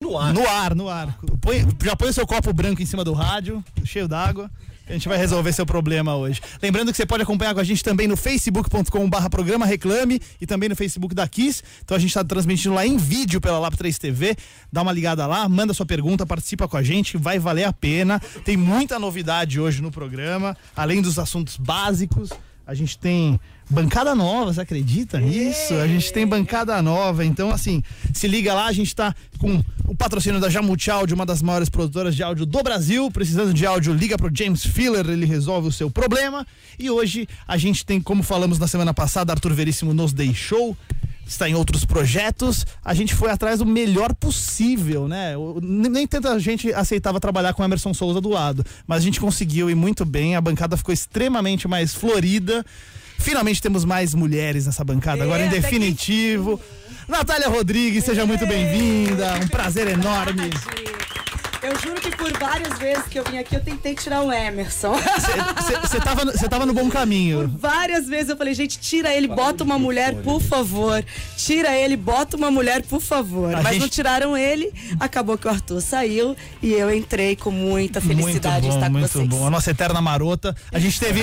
no ar. No ar. Já põe o seu copo branco em cima do rádio, cheio d'água. A gente vai resolver seu problema hoje. Lembrando que você pode acompanhar com a gente também no facebook.com/programa Reclame e também no Facebook da Kiss. Então a gente está transmitindo lá em vídeo pela Lab 3 TV. Dá uma ligada lá, manda sua pergunta, participa com a gente, vai valer a pena. Tem muita novidade hoje no programa, além dos assuntos básicos. A gente tem bancada nova, você acredita nisso? A gente tem bancada nova, então assim, se liga lá, a gente tá com o patrocínio da Jamute Áudio, uma das maiores produtoras de áudio do Brasil. Precisando de áudio, liga pro James Filler, ele resolve o seu problema. E hoje a gente tem, como falamos na semana passada, Arthur Veríssimo nos deixou, está em outros projetos. A gente foi atrás do melhor possível, né? Nem tanta gente aceitava trabalhar com Emerson Souza do lado, mas a gente conseguiu ir muito bem, a bancada ficou extremamente mais florida. Finalmente temos mais mulheres nessa bancada, agora em definitivo. Natália Rodrigues, seja muito bem-vinda, um prazer enorme. Eu juro que por várias vezes que eu vim aqui eu tentei tirar o Emerson. Você tava no bom caminho. Por várias vezes eu falei, gente, tira ele, bota uma mulher, por favor. Tira ele, bota uma mulher, por favor. Mas não tiraram ele, acabou que o Arthur saiu e eu entrei com muita felicidade de estar com vocês. Muito bom, a nossa eterna marota. A gente teve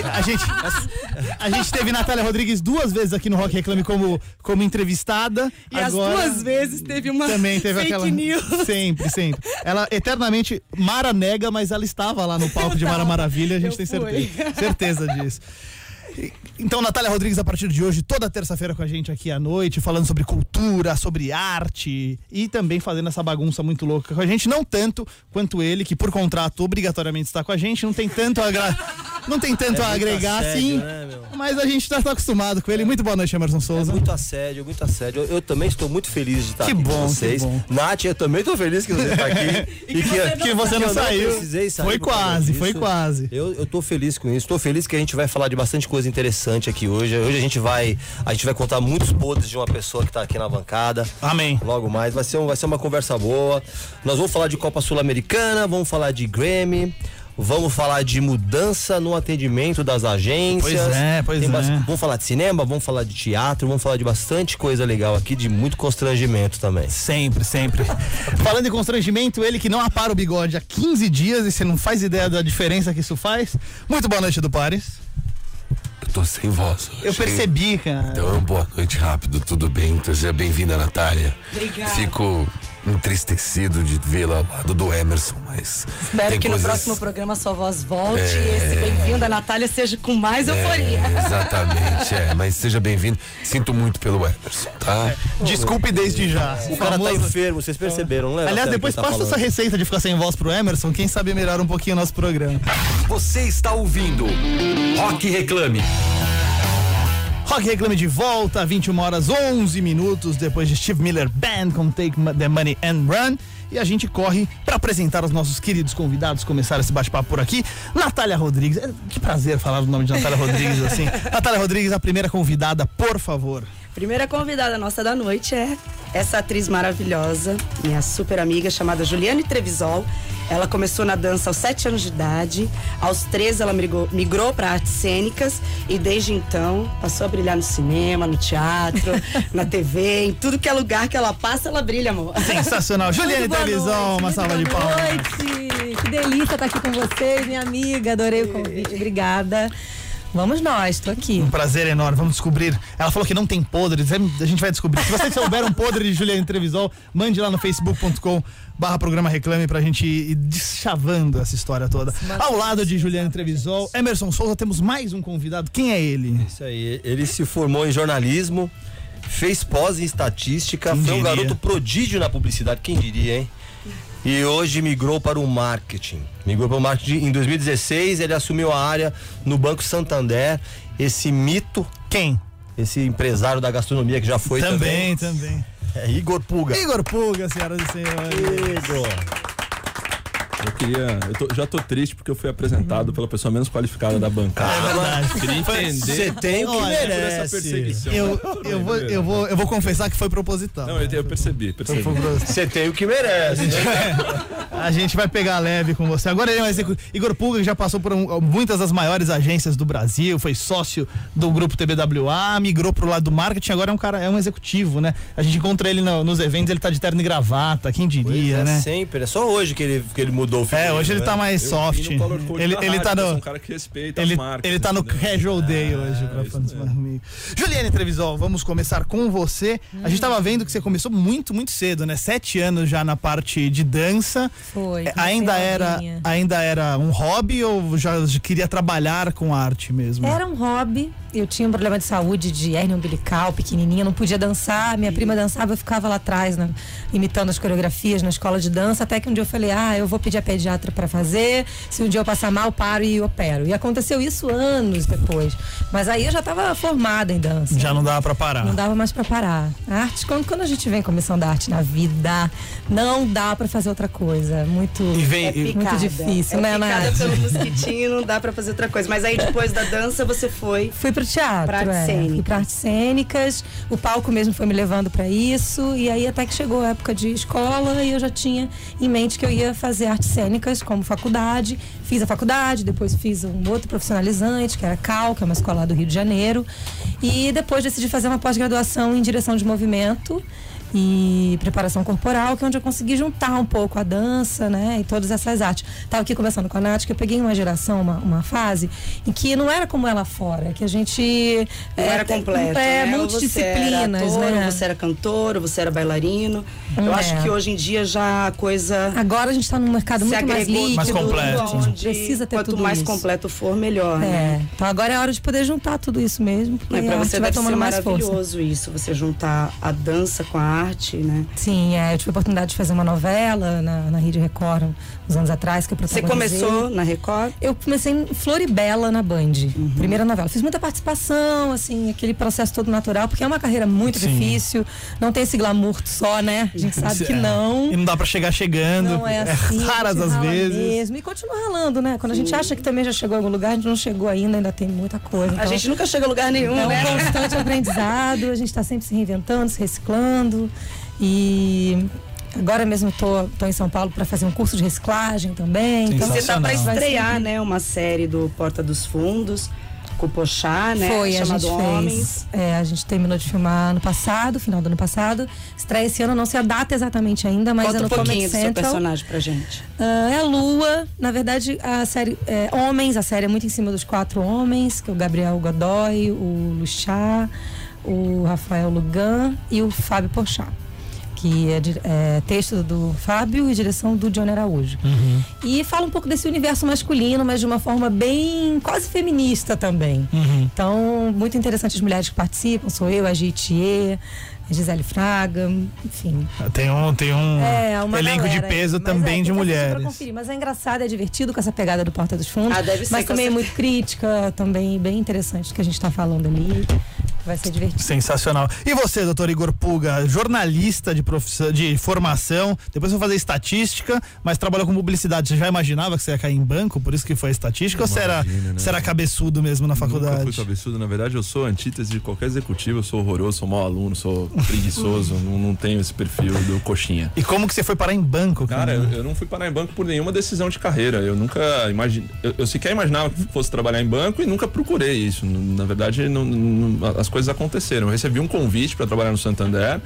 Natália Rodrigues 2 vezes aqui no Rock Reclame como entrevistada. E agora, as 2 vezes teve uma também teve fake aquela news. Sempre. Ela eternamente Mara nega, mas ela estava lá no palco de Mara Maravilha, a gente tem certeza disso. Então, Natália Rodrigues, a partir de hoje, toda terça-feira com a gente aqui à noite, falando sobre cultura, sobre arte e também fazendo essa bagunça muito louca com a gente. Não tanto quanto ele, que por contrato obrigatoriamente está com a gente, não tem tanto a agregar assim, né, mas a gente está acostumado com ele. Muito boa noite, Emerson Souza. Muito assédio. Eu também estou muito feliz de estar aqui com vocês. Que bom. Nath, eu também estou feliz que você está aqui. e que você não saiu. Foi quase. Eu estou feliz com isso. Estou feliz que a gente vai falar de bastante coisa interessante aqui hoje. Hoje a gente vai contar muitos podres de uma pessoa que está aqui na bancada. Amém. Logo mais, vai ser uma conversa boa. Nós vamos falar de Copa Sul-Americana, vamos falar de Grammy, vamos falar de mudança no atendimento das agências. Pois é. Vamos falar de cinema, vamos falar de teatro, vamos falar de bastante coisa legal aqui, de muito constrangimento também. Sempre. Falando em constrangimento, ele que não apara o bigode há 15 dias e você não faz ideia da diferença que isso faz. Muito boa noite, Edu Pares. Eu tô sem voz hoje. Eu percebi, cara. Então, boa noite, rápido, tudo bem? Seja bem-vinda, Natália. Obrigada. Fico entristecido de vê-la ao lado do Emerson, mas espero que no próximo programa sua voz volte e esse bem-vindo, Natália, seja com mais euforia. Exatamente, mas seja bem-vindo. Sinto muito pelo Emerson, tá? Desculpe desde já. O cara tá enfermo, vocês perceberam, não é? Aliás, depois passa essa receita de ficar sem voz pro Emerson, quem sabe melhora um pouquinho o nosso programa. Você está ouvindo Rock Reclame. Rock Reclame de volta, 21h11 depois de Steve Miller Band com Take the Money and Run. E a gente corre para apresentar os nossos queridos convidados, começar esse bate-papo por aqui. Natália Rodrigues, que prazer falar o nome de Natália Rodrigues assim. Natália Rodrigues, a primeira convidada, por favor. Primeira convidada nossa da noite é essa atriz maravilhosa, minha super amiga, chamada Juliane Trevisol. Ela começou na dança aos 7 anos de idade, aos 13 ela migrou para artes cênicas e desde então passou a brilhar no cinema, no teatro, na TV, em tudo que é lugar que ela passa, ela brilha, amor. Sensacional. Juliane Trevisol, uma salva de palmas. Boa noite, que delícia estar aqui com vocês, minha amiga, adorei o convite, obrigada. Vamos nós, tô aqui. Um prazer enorme, vamos descobrir. Ela falou que não tem podres, a gente vai descobrir. Se você souber um podre de Juliane Trevisol, mande lá no facebook.com/programa Reclame pra gente ir deschavando essa história toda. Ao lado de Juliane Trevisol, Emerson Souza, temos mais um convidado. Quem é ele? Isso aí, ele se formou em jornalismo, fez pós em estatística, foi um garoto prodígio na publicidade, quem diria, hein? E hoje migrou para o marketing. Em 2016, ele assumiu a área no Banco Santander. Esse mito. Quem? Esse empresário da gastronomia que já foi também. Também. É Igor Puga. Igor Puga, senhoras e senhores. Igor. queria. Já tô triste porque eu fui apresentado pela pessoa menos qualificada da bancada. É verdade. Queria entender. Você tem o que merece. Essa perseguição. Eu vou confessar que foi proposital. Não, eu percebi. Você tem o que merece. A gente vai pegar leve com você. Agora ele é um executivo. Igor Pulga já passou por muitas das maiores agências do Brasil, foi sócio do grupo TBWA, migrou pro lado do marketing, agora é um executivo, né? A gente encontra ele nos eventos, ele tá de terno e gravata, quem diria, né? Sempre, é só hoje que ele mudou o figurino. Hoje ele tá mais soft. Ele tá no um cara que respeita ele, as marcas, ele tá no Casual Day hoje pra fazer amigo. Juliane Trevisol, vamos começar com você. A gente tava vendo que você começou muito, muito cedo, né? 7 anos já na parte de dança. Foi. Ainda era um hobby ou já queria trabalhar com arte mesmo? Era um hobby. Eu tinha um problema de saúde, de hérnia umbilical, pequenininha, não podia dançar. Minha prima dançava, eu ficava lá atrás, né, imitando as coreografias na escola de dança, até que um dia eu falei, eu vou pedir a pediatra para fazer, se um dia eu passar mal, paro e opero. E aconteceu isso anos depois. Mas aí eu já estava formada em dança. Já não dava para parar. Não dava mais para parar. A arte, quando a gente vem começando a arte na vida, não dá para fazer outra coisa. Muito difícil, né, Nath? Picada pelo mosquitinho, não dá para fazer outra coisa. Mas aí depois da dança você fui pro teatro. Pra artes cênicas. O palco mesmo foi me levando para isso. E aí até que chegou a época de escola e eu já tinha em mente que eu ia fazer artes cênicas como faculdade. Fiz a faculdade, depois fiz um outro profissionalizante, que era CAL, que é uma escola lá do Rio de Janeiro. E depois decidi fazer uma pós-graduação em direção de movimento e preparação corporal, que é onde eu consegui juntar um pouco a dança, né, e todas essas artes. Estava aqui conversando com a Nath, que eu peguei uma geração, uma fase em que não era como ela fora, que a gente não era completo, né? multidisciplinas, você era ator, né? Você era cantor, você era bailarino. Eu acho que hoje em dia já a coisa... Agora a gente está num mercado muito mais líquido, mais completo. Precisa ter quanto tudo mais isso. completo for, melhor. Né? Então agora é hora de poder juntar tudo isso mesmo, porque para você vai deve tomando ser mais maravilhoso força. Isso, você juntar a dança com a arte, né? Sim, eu tive a oportunidade de fazer uma novela na Rede Record uns anos atrás, que eu protagonizei. Você começou na Record? Eu comecei em Floribela, na Band, primeira novela. Fiz muita participação, assim, aquele processo todo natural, porque é uma carreira muito difícil, não tem esse glamour só, né? A gente sabe que não. E não dá pra chegar chegando. Não é assim. Raras às vezes. Mesmo. E continua ralando, né? Quando a gente acha que também já chegou a algum lugar, a gente não chegou ainda tem muita coisa. Então, a gente nunca chega a lugar nenhum, né? É um constante aprendizado, a gente tá sempre se reinventando, se reciclando. E agora mesmo tô em São Paulo para fazer um curso de reciclagem também. Então você tá para estrear, né, uma série do Porta dos Fundos com o Pochá, né? Foi, chamado a gente Homens. A gente terminou de filmar no passado, final do ano passado. Estreia esse ano, não sei a data exatamente ainda, mas conta é no um pouquinho Comedy do seu Central. personagem pra gente. É a Lua, na verdade a série Homens, a série é muito em cima dos 4 homens, que é o Gabriel Godoy, o Luchá, o Rafael Lugan e o Fábio Porchat, que é texto do Fábio e direção do Johnny Araújo. E fala um pouco desse universo masculino, mas de uma forma bem quase feminista também. Então, muito interessante as mulheres que participam, sou eu, a Gitier, a Gisele Fraga, enfim. Tem um elenco de peso também de mulheres. Pra conferir, mas é engraçado, é divertido com essa pegada do Porta dos Fundos, deve ser, mas também é muito crítica, também bem interessante o que a gente tá falando ali. Vai ser divertido. Sensacional. E você, doutor Igor Pulga, jornalista de formação, depois foi fazer estatística, mas trabalhou com publicidade. Você já imaginava que você ia cair em banco, por isso que foi estatística? Ou você era cabeçudo mesmo na faculdade? Nunca fui cabeçudo, na verdade eu sou antítese de qualquer executivo, eu sou horroroso, sou mau aluno, sou preguiçoso, não tenho esse perfil do coxinha. E como que você foi parar em banco? Cara, eu não fui parar em banco por nenhuma decisão de carreira, eu nunca imaginei, eu sequer imaginava que fosse trabalhar em banco e nunca procurei isso, na verdade as coisas aconteceram. Eu recebi um convite para trabalhar no Santander,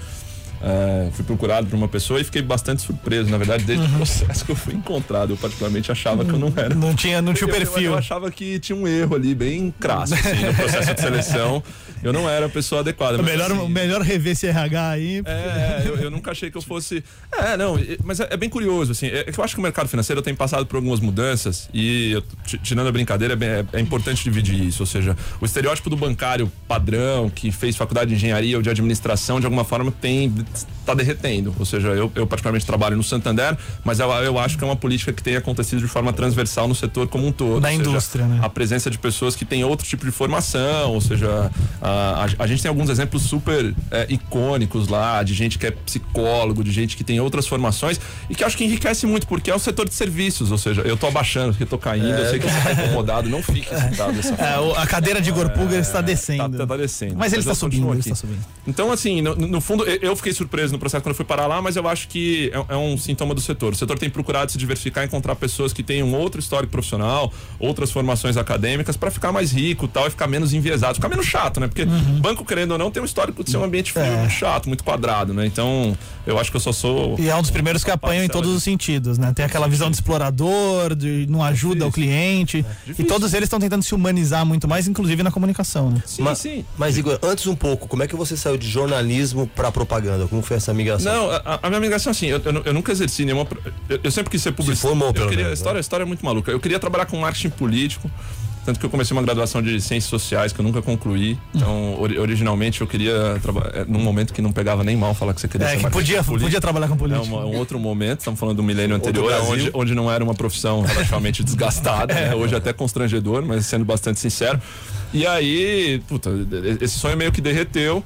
fui procurado por uma pessoa e fiquei bastante surpreso, na verdade, desde o processo que eu fui encontrado. Eu particularmente achava que eu não era. Não tinha o perfil. Eu achava que tinha um erro ali bem crasso, assim, no processo de seleção. Eu não era a pessoa adequada. Melhor rever esse RH aí. Eu nunca achei que eu fosse... mas é bem curioso, assim. É que eu acho que o mercado financeiro tem passado por algumas mudanças e, tirando a brincadeira, é importante dividir isso. Ou seja, o estereótipo do bancário padrão, que fez faculdade de engenharia ou de administração, de alguma forma tem está derretendo. Ou seja, eu particularmente trabalho no Santander, mas eu acho que é uma política que tem acontecido de forma transversal no setor como um todo. Da indústria, né? A presença de pessoas que têm outro tipo de formação, ou seja, a gente tem alguns exemplos super icônicos lá, de gente que é psicólogo, de gente que tem outras formações e que acho que enriquece muito, porque é o setor de serviços, ou seja, eu tô abaixando, porque tô caindo, eu sei que você tá incomodado, não fique sentado dessa forma. A cadeira de Igor Puga está descendo. Tá descendo. Mas ele está subindo, Então, assim, no fundo, eu fiquei surpreso no processo quando eu fui parar lá, mas eu acho que é um sintoma do setor. O setor tem procurado se diversificar, encontrar pessoas que tenham outro histórico profissional, outras formações acadêmicas, para ficar mais rico, tal, e ficar menos enviesado, ficar menos chato, né? Porque banco, querendo ou não, tem um histórico de ser um ambiente frio, muito chato, muito quadrado, né? Então, eu acho que eu só sou... E é um dos primeiros que apanham em todos os sentidos, né? Tem aquela visão de explorador, de não ajuda o cliente, e todos eles estão tentando se humanizar muito mais, inclusive na comunicação, né? Sim. Mas Igor, antes um pouco, como é que você saiu de jornalismo para propaganda? Como foi essa migração? Não, a minha migração, assim, eu nunca exerci nenhuma... Eu sempre quis ser publicitário. Se formou, pelo menos, a história é muito maluca. Eu queria trabalhar com marketing político, tanto que eu comecei uma graduação de ciências sociais que eu nunca concluí. Então, originalmente eu queria trabalhar num momento que não pegava nem mal falar que você queria ser que podia trabalhar com política. Um outro momento, estamos falando do milênio anterior, onde não era uma profissão relativamente desgastada, né? Hoje até constrangedor, mas sendo bastante sincero. E aí, esse sonho meio que derreteu.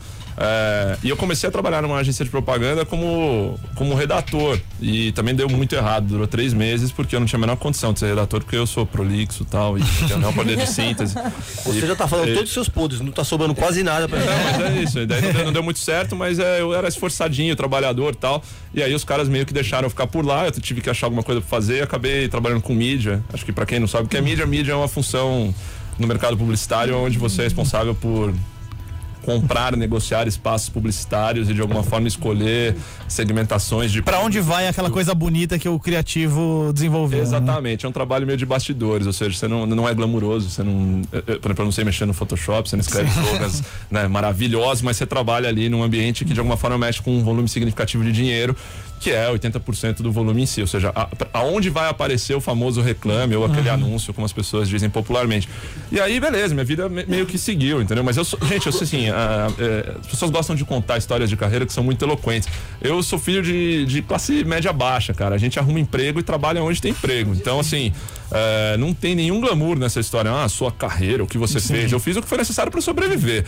E eu comecei a trabalhar numa agência de propaganda como redator, e também deu muito errado, durou 3 meses porque eu não tinha a menor condição de ser redator, porque eu sou prolixo e tal, e tenho não poder de síntese. Você já tá falando todos os seus podres, não tá sobrando quase nada pra gente. Mas é isso, daí não deu muito certo, mas eu era esforçadinho, trabalhador e tal, e aí os caras meio que deixaram eu ficar por lá, eu tive que achar alguma coisa pra fazer, e acabei trabalhando com mídia. Acho que pra quem não sabe o que é mídia é uma função no mercado publicitário onde você é responsável por comprar, negociar espaços publicitários e de alguma forma escolher segmentações de... Pra onde vai aquela coisa bonita que o criativo desenvolveu. Exatamente, né? É um trabalho meio de bastidores, ou seja, você não é glamuroso, você não... Por exemplo, eu não sei mexer no Photoshop, você não escreve slogans né, maravilhosos, mas você trabalha ali num ambiente que de alguma forma mexe com um volume significativo de dinheiro, que é 80% do volume em si, ou seja, aonde vai aparecer o famoso reclame ou aquele anúncio, como as pessoas dizem popularmente. E aí, beleza, minha vida meio que seguiu, entendeu? Mas eu sou assim, as pessoas gostam de contar histórias de carreira que são muito eloquentes. Eu sou filho de classe média baixa, cara. A gente arruma emprego e trabalha onde tem emprego. Então, assim, não tem nenhum glamour nessa história. Sua carreira, o que você fez. Eu fiz o que foi necessário para sobreviver.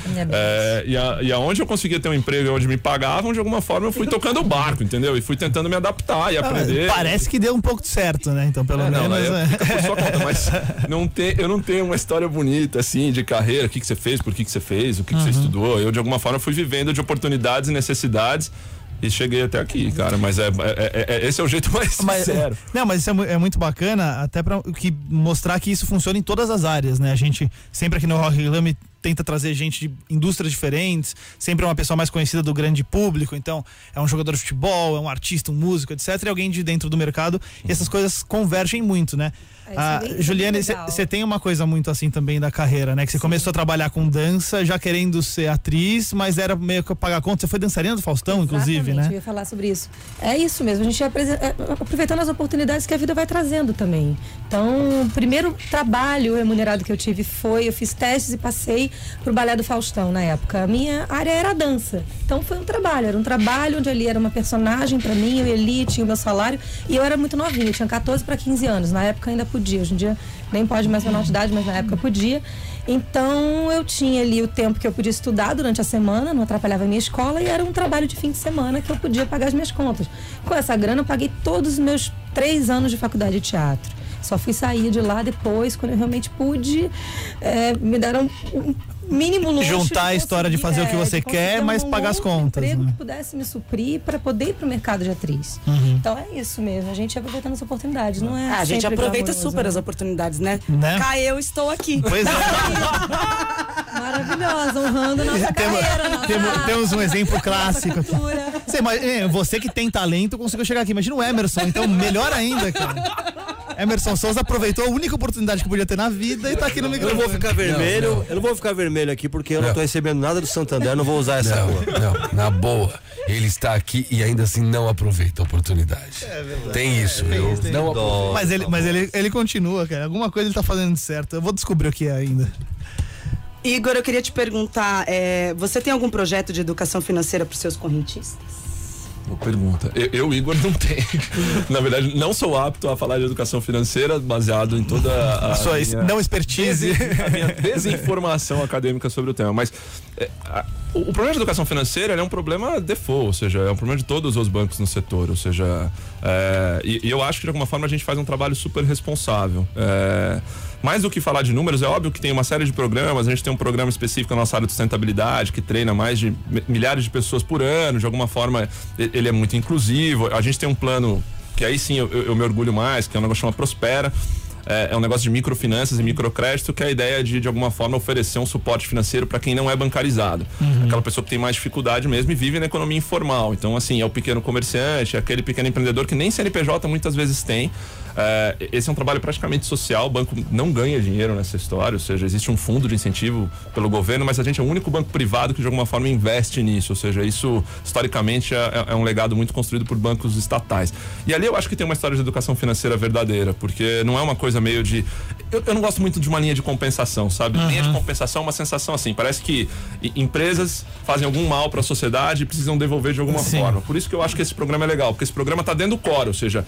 E aonde eu conseguia ter um emprego, onde me pagavam, de alguma forma eu fui tocando o barco, entendeu? E fui tentando me adaptar e aprender. Parece que deu um pouco de certo, né? Então, pelo menos. Fica por sua conta, mas eu não tenho uma história bonita, assim, de carreira. O que você fez, por que você fez, o que você estudou. Eu, de alguma forma, fui vivendo de oportunidades e necessidades e cheguei até aqui, cara. Mas esse é o jeito mais sincero. Mas isso é muito bacana, até pra mostrar que isso funciona em todas as áreas, né? A gente, sempre aqui no Rock Reclame, tenta trazer gente de indústrias diferentes, sempre uma pessoa mais conhecida do grande público, então é um jogador de futebol, é um artista, um músico, etc, e alguém de dentro do mercado, e essas coisas convergem muito, né? Juliane, você tem uma coisa muito assim também da carreira, né? Que você começou a trabalhar com dança, já querendo ser atriz, mas era meio que pagar conta. Você foi dançarina do Faustão, inclusive, né? Eu ia falar sobre isso. É isso mesmo, a gente aproveitando as oportunidades que a vida vai trazendo também. Então, o primeiro trabalho remunerado que eu tive eu fiz testes e passei pro Balé do Faustão na época. A minha área era a dança. Então foi era um trabalho onde ali era uma personagem pra mim, eu ia ali, tinha o meu salário, e eu era muito novinha, eu tinha 14 para 15 anos. Na época ainda podia, hoje em dia nem pode mais menor de idade, mas na época podia. Então eu tinha ali o tempo que eu podia estudar durante a semana, não atrapalhava a minha escola, e era um trabalho de fim de semana que eu podia pagar as minhas contas. Com essa grana eu paguei todos os meus 3 anos de faculdade de teatro. Só fui sair de lá depois, quando eu realmente pude, me deram um mínimo luxo. Juntar a história de fazer o que você quer, mas pagar as contas. Um emprego que pudesse me suprir para poder ir pro mercado de atriz. Então é isso mesmo, a gente aproveitando as oportunidades, não é? A gente aproveita super as oportunidades, né? Cá eu estou aqui. Pois é. Maravilhosa, honrando nossa carreira. Temos um exemplo clássico aqui. Você que tem talento conseguiu chegar aqui. Imagina o Emerson, então melhor ainda, cara. Emerson Souza aproveitou a única oportunidade que podia ter na vida e tá aqui no microfone. Eu não vou ficar vermelho aqui porque eu não tô recebendo nada do Santander, não vou usar essa cor. Não, na boa. Ele está aqui e ainda assim não aproveita a oportunidade. É verdade. Tem isso. Mas ele continua, cara. Alguma coisa ele tá fazendo certo. Eu vou descobrir o que é ainda. Igor, eu queria te perguntar, você tem algum projeto de educação financeira para os seus correntistas? Boa pergunta. Eu, Igor, não tenho. Na verdade, não sou apto a falar de educação financeira, baseado em toda a sua não expertise, a minha desinformação acadêmica sobre o tema. Mas o problema de educação financeira é um problema default, ou seja, é um problema de todos os bancos no setor. Ou seja, e eu acho que de alguma forma a gente faz um trabalho super responsável. Mais do que falar de números, é óbvio que tem uma série de programas. A gente tem um programa específico na nossa área de sustentabilidade que treina mais de milhares de pessoas por ano. De alguma forma, ele é muito inclusivo. A gente tem um plano que aí sim eu me orgulho mais, que é um negócio que chama Prospera. É um negócio de microfinanças e microcrédito, que é a ideia de alguma forma oferecer um suporte financeiro para quem não é bancarizado. Aquela pessoa que tem mais dificuldade mesmo e vive na economia informal. Então, assim, é o pequeno comerciante, é aquele pequeno empreendedor que nem CNPJ muitas vezes tem. Esse é um trabalho praticamente social. O banco não ganha dinheiro nessa história, ou seja, existe um fundo de incentivo pelo governo, mas a gente é o único banco privado que de alguma forma investe nisso, ou seja, isso historicamente é um legado muito construído por bancos estatais. E ali eu acho que tem uma história de educação financeira verdadeira, porque não é uma coisa meio de... Eu não gosto muito de uma linha de compensação, sabe? Linha de compensação é uma sensação assim, parece que empresas fazem algum mal para a sociedade e precisam devolver de alguma forma. Por isso que eu acho que esse programa é legal, porque esse programa tá dentro do core, ou seja,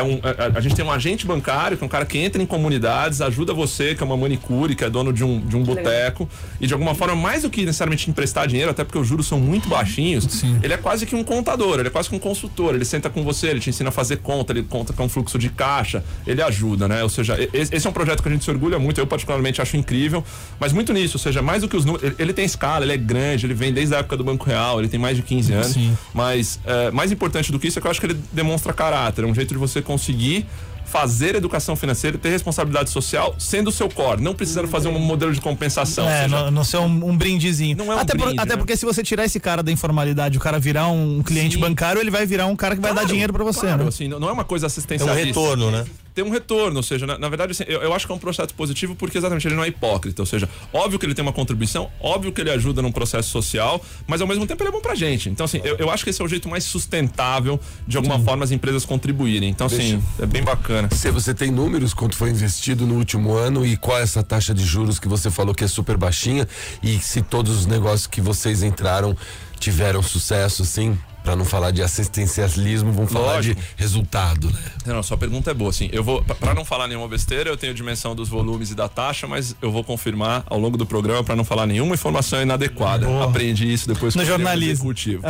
a gente tem um agente bancário, que é um cara que entra em comunidades, ajuda você, que é uma manicure, que é dono de um boteco, e de alguma forma, mais do que necessariamente emprestar dinheiro, até porque os juros são muito baixinhos, ele é quase que um contador, ele é quase que um consultor, ele senta com você, ele te ensina a fazer conta, ele conta com um fluxo de caixa, ele ajuda, né? Ou seja, esse é um projeto que a gente se orgulha muito, eu particularmente acho incrível, mas muito nisso, ou seja, mais do que os números, ele tem escala, ele é grande, ele vem desde a época do Banco Real, ele tem mais de 15 anos, mas mais importante do que isso é que eu acho que ele demonstra caráter, é um jeito de você conseguir fazer educação financeira e ter responsabilidade social sendo o seu core, não precisando fazer um modelo de compensação. Não ser um brindezinho. Não é até porque se você tirar esse cara da informalidade, o cara virar um cliente bancário, ele vai virar um cara que vai dar dinheiro pra você, né? Assim, não é uma coisa assistencialista. É um retorno, né? Tem um retorno, ou seja, na verdade, assim, eu acho que é um processo positivo porque exatamente ele não é hipócrita, ou seja, óbvio que ele tem uma contribuição, óbvio que ele ajuda num processo social, mas ao mesmo tempo ele é bom pra gente. Então, assim, eu acho que esse é o jeito mais sustentável de alguma forma as empresas contribuírem. Então, assim, é bem bacana. Se você tem números, quanto foi investido no último ano e qual é essa taxa de juros que você falou que é super baixinha e se todos os negócios que vocês entraram tiveram sucesso, assim? Pra não falar de assistencialismo, vamos falar de resultado, né? Não, sua pergunta é boa, assim, eu vou, pra não falar nenhuma besteira, eu tenho dimensão dos volumes e da taxa, mas eu vou confirmar ao longo do programa pra não falar nenhuma informação inadequada. Aprendi isso depois no jornalismo executivo.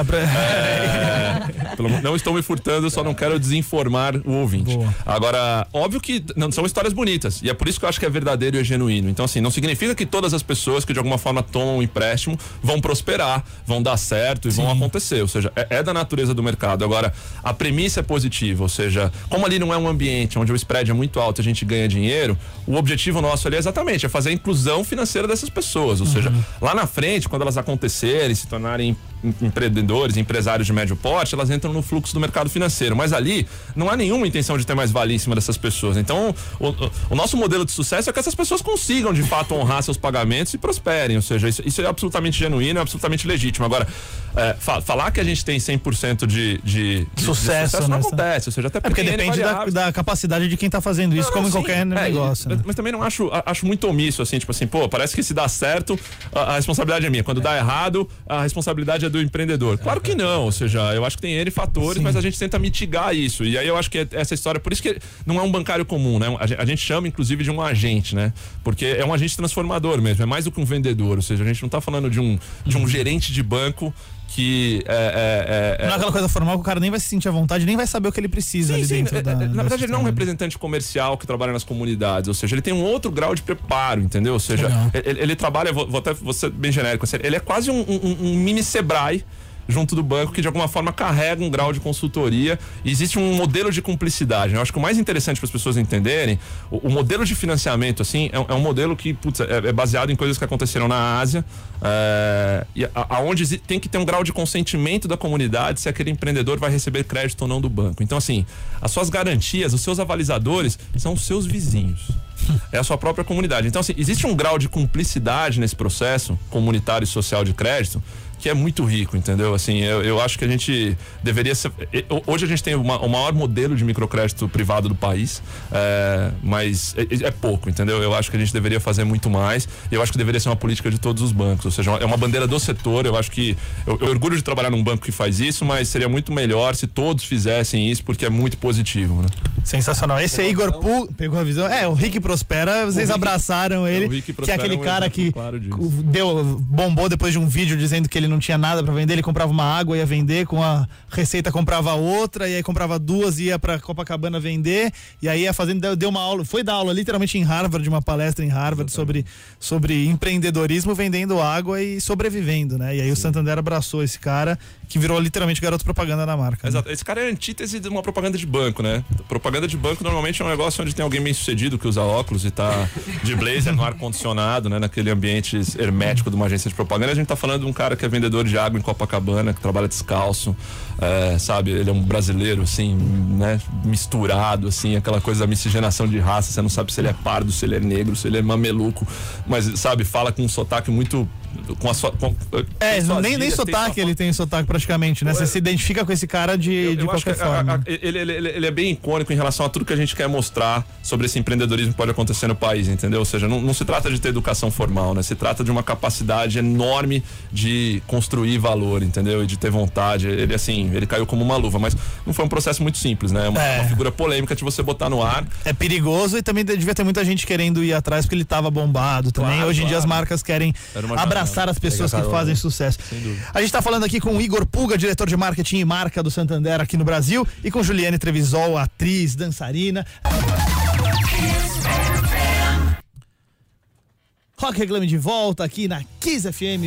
Não estou me furtando, eu só não quero desinformar o ouvinte. Agora, óbvio que não são histórias bonitas, e é por isso que eu acho que é verdadeiro e é genuíno. Então, assim, não significa que todas as pessoas que de alguma forma tomam um empréstimo vão prosperar, vão dar certo e vão acontecer, ou seja, é da natureza do mercado. Agora, a premissa é positiva, ou seja, como ali não é um ambiente onde o spread é muito alto e a gente ganha dinheiro, o objetivo nosso ali é fazer a inclusão financeira dessas pessoas, ou seja, lá na frente, quando elas acontecerem, se tornarem empreendedores, empresários de médio porte, elas entram no fluxo do mercado financeiro, mas ali não há nenhuma intenção de ter mais valia em cima dessas pessoas. Então, o nosso modelo de sucesso é que essas pessoas consigam de fato honrar seus pagamentos e prosperem, ou seja, isso é absolutamente genuíno, é absolutamente legítimo. Agora, falar que a gente tem 100% de sucesso não acontece, ou seja, até porque depende da capacidade de quem tá fazendo isso, como em qualquer negócio. Mas também não acho muito omisso, assim, tipo assim, parece que se dá certo, a responsabilidade é minha, quando dá errado, a responsabilidade é do empreendedor. Claro que não, ou seja, eu acho que tem N fatores, mas a gente tenta mitigar isso, e aí eu acho que essa história, por isso que não é um bancário comum, né? A gente chama inclusive de um agente, né? Porque é um agente transformador mesmo, é mais do que um vendedor, ou seja, a gente não tá falando de um gerente de banco que não é aquela coisa formal que o cara nem vai se sentir à vontade, nem vai saber o que ele precisa ali dentro na verdade ele não é um representante comercial que trabalha nas comunidades, ou seja, ele tem um outro grau de preparo, entendeu? Ou seja, ele trabalha, vou ser bem genérico, ele é quase um mini Sebrae junto do banco, que de alguma forma carrega um grau de consultoria, e existe um modelo de cumplicidade. Eu acho que o mais interessante para as pessoas entenderem, o modelo de financiamento, assim, é um modelo que é baseado em coisas que aconteceram na Ásia, aonde tem que ter um grau de consentimento da comunidade se aquele empreendedor vai receber crédito ou não do banco. Então, assim, as suas garantias, os seus avalizadores são os seus vizinhos. É a sua própria comunidade. Então, assim, existe um grau de cumplicidade nesse processo comunitário e social de crédito que é muito rico, entendeu? Assim, eu acho que a gente deveria ser... Hoje a gente tem o maior modelo de microcrédito privado do país, mas é pouco, entendeu? Eu acho que a gente deveria fazer muito mais, e eu acho que deveria ser uma política de todos os bancos, ou seja, é uma bandeira do setor. Eu acho que eu orgulho de trabalhar num banco que faz isso, mas seria muito melhor se todos fizessem isso, porque é muito positivo, né? Sensacional. Esse é Igor Puga, pegou a visão. O Rick Prospera, vocês abraçaram ele, que é aquele cara que bombou depois de um vídeo dizendo que ele não tinha nada pra vender, ele comprava uma água, ia vender, com a receita comprava outra, e aí comprava duas e ia pra Copacabana vender, e aí ia fazendo, deu uma aula, foi dar aula literalmente em Harvard, uma palestra em Harvard sobre empreendedorismo, vendendo água e sobrevivendo, né? E aí o Santander abraçou esse cara, que virou literalmente garoto propaganda da marca. Exato. Né? Esse cara é a antítese de uma propaganda de banco, né? Propaganda de banco normalmente é um negócio onde tem alguém bem sucedido que usa óculos e tá de blazer no ar-condicionado, né? Naquele ambiente hermético de uma agência de propaganda. A gente tá falando de um cara que é vendedor de água em Copacabana, que trabalha descalço, sabe? Ele é um brasileiro, assim, né? Misturado, assim, aquela coisa da miscigenação de raça. Você não sabe se ele é pardo, se ele é negro, se ele é mameluco, mas, sabe? Fala com um sotaque muito... nem sotaque ele tem sotaque praticamente, né? Você se identifica com esse cara de qualquer forma. Ele é bem icônico em relação a tudo que a gente quer mostrar sobre esse empreendedorismo que pode acontecer no país, entendeu? Ou seja, não se trata de ter educação formal, né? Se trata de uma capacidade enorme de construir valor, entendeu? E de ter vontade. Ele caiu como uma luva, mas não foi um processo muito simples, né? Uma figura polêmica de você botar no ar. É perigoso, e também devia ter muita gente querendo ir atrás porque ele tava bombado também. Claro, Hoje em dia as marcas querem abraçar as pessoas que fazem sucesso. A gente tá falando aqui com o Igor Puga, diretor de marketing e marca do Santander aqui no Brasil, e com Juliane Trevisol, atriz, dançarina. Rock Reclame de volta aqui na Kiss FM,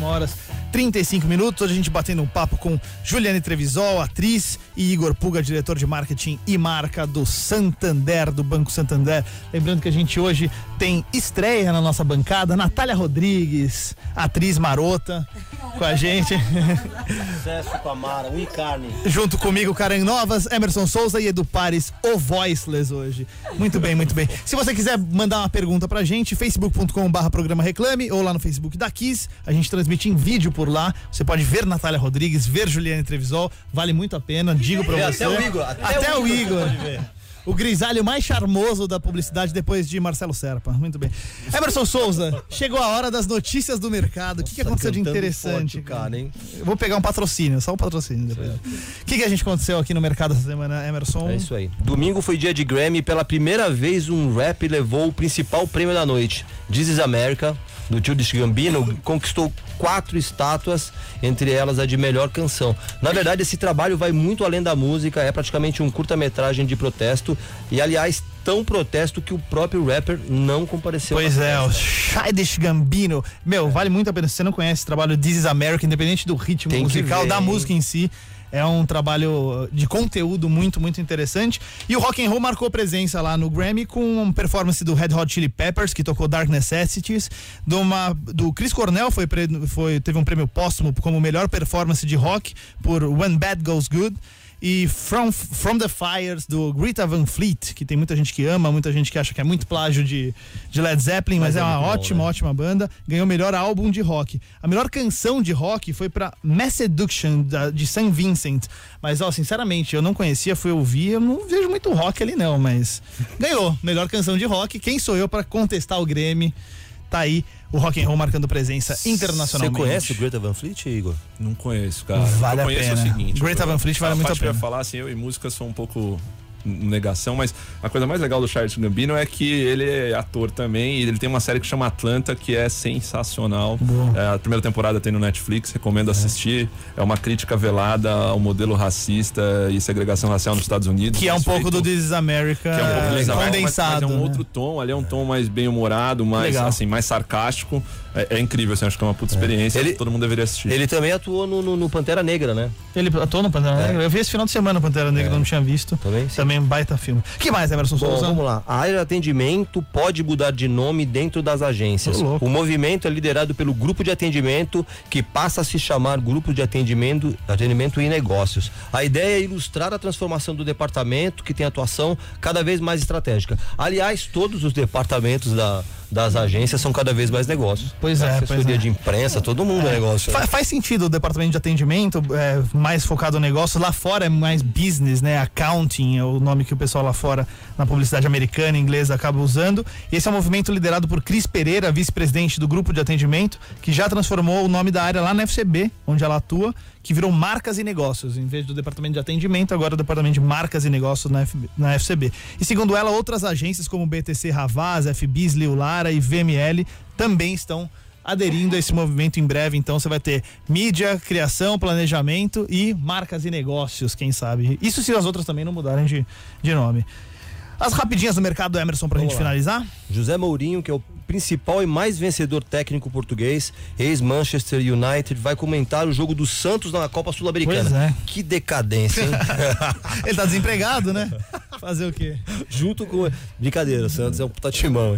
21h35. Hoje a gente batendo um papo com Juliane Trevisol, atriz, e Igor Puga, diretor de marketing e marca do Santander, do Banco Santander. Lembrando que a gente hoje tem estreia na nossa bancada, Natália Rodrigues, atriz marota, com a gente. Sucesso com a Mara, o Carne. Junto comigo, Karen Novas, Emerson Souza e Edu Pares, o Voiceless hoje. Muito bem, muito bem. Se você quiser mandar uma pergunta pra gente, facebook.com/programa Reclame, ou lá no Facebook da Kiss, a gente transmite em vídeo por lá. Você pode ver Natália Rodrigues, ver Juliane Trevisol, vale muito a pena, digo pra você. Até o Igor. Até o Igor. O grisalho mais charmoso da publicidade depois de Marcelo Serpa. Muito bem. Emerson Souza, chegou a hora das notícias do mercado. O que aconteceu de interessante? Forte, cara, hein? Eu vou pegar um patrocínio, só um patrocínio depois. O que a gente aconteceu aqui no mercado essa semana, Emerson? É isso aí. Domingo foi dia de Grammy. Pela primeira vez um rap levou o principal prêmio da noite. This is America, do Childish Gambino, conquistou 4 estátuas, entre elas a de melhor canção. Na verdade, esse trabalho vai muito além da música, é praticamente um curta-metragem de protesto, e aliás, tão protesto que o próprio rapper não compareceu. Pois é, o Childish Gambino. Vale muito a pena. Se você não conhece o trabalho This is America, independente do ritmo musical, da música em si, é um trabalho de conteúdo muito, muito interessante. E o Rock and Roll marcou presença lá no Grammy com uma performance do Red Hot Chili Peppers, que tocou Dark Necessities, do Chris Cornell, teve um prêmio póstumo como melhor performance de rock por When Bad Goes Good. E From the Fires, do Greta Van Fleet, que tem muita gente que ama, muita gente que acha que é muito plágio de Led Zeppelin, mas é uma ótima banda. Ganhou o melhor álbum de rock. A melhor canção de rock foi pra Mass Seduction, de St. Vincent. Mas, sinceramente, eu não conhecia, fui ouvir, eu não vejo muito rock ali não, mas ganhou. Melhor canção de rock. Quem sou eu pra contestar o Grammy? Tá aí o Rock and Roll marcando presença internacionalmente. Você conhece o Greta Van Fleet, Igor? Não conheço, cara. Vale eu conheço a pena. O seguinte, Greta Van Fleet vale muito a pena. Eu ia falar assim, eu e música sou um pouco negação, mas a coisa mais legal do Childish Gambino é que ele é ator também, e ele tem uma série que chama Atlanta, que é sensacional. A primeira temporada tem no Netflix, recomendo assistir. É uma crítica velada ao modelo racista e segregação racial nos Estados Unidos. Que é um pouco do This is America, que é um pouco condensado. Mas é um outro tom, ali é um tom mais bem-humorado, mais sarcástico. É incrível, assim, acho que é uma puta experiência, todo mundo deveria assistir. Ele também atuou no Pantera Negra, né? Ele atuou no Pantera Negra? Eu vi esse final de semana o Pantera Negra, não tinha visto. Também baita filme. O que mais, Emerson Souza? Vamos lá. A área de atendimento pode mudar de nome dentro das agências. O movimento é liderado pelo grupo de atendimento, que passa a se chamar Grupo de Atendimento e Negócios. A ideia é ilustrar a transformação do departamento, que tem atuação cada vez mais estratégica. Aliás, todos os departamentos das agências são cada vez mais negócios. Pois é, assessoria de imprensa, todo mundo é negócio. Faz sentido o departamento de atendimento mais focado no negócio. Lá fora é mais business, né? Accounting é o nome que o pessoal lá fora, na publicidade americana e inglesa, acaba usando. E esse é um movimento liderado por Cris Pereira, vice-presidente do grupo de atendimento, que já transformou o nome da área lá na FCB, onde ela atua, que virou marcas e negócios. Em vez do departamento de atendimento, agora é o departamento de marcas e negócios na FCB. E segundo ela, outras agências como BTC Havas, FBIS, Liu Lara e VML também estão aderindo a esse movimento em breve. Então você vai ter mídia, criação, planejamento e marcas e negócios, quem sabe. Isso se as outras também não mudarem de nome. As rapidinhas do mercado, Emerson, pra gente finalizar. José Mourinho, que é o principal e mais vencedor técnico português, ex-Manchester United, vai comentar o jogo do Santos na Copa Sul-Americana. Pois é. Que decadência, hein? Ele tá desempregado, né? Fazer o quê? Junto com... Brincadeira, o Santos é um puta timão.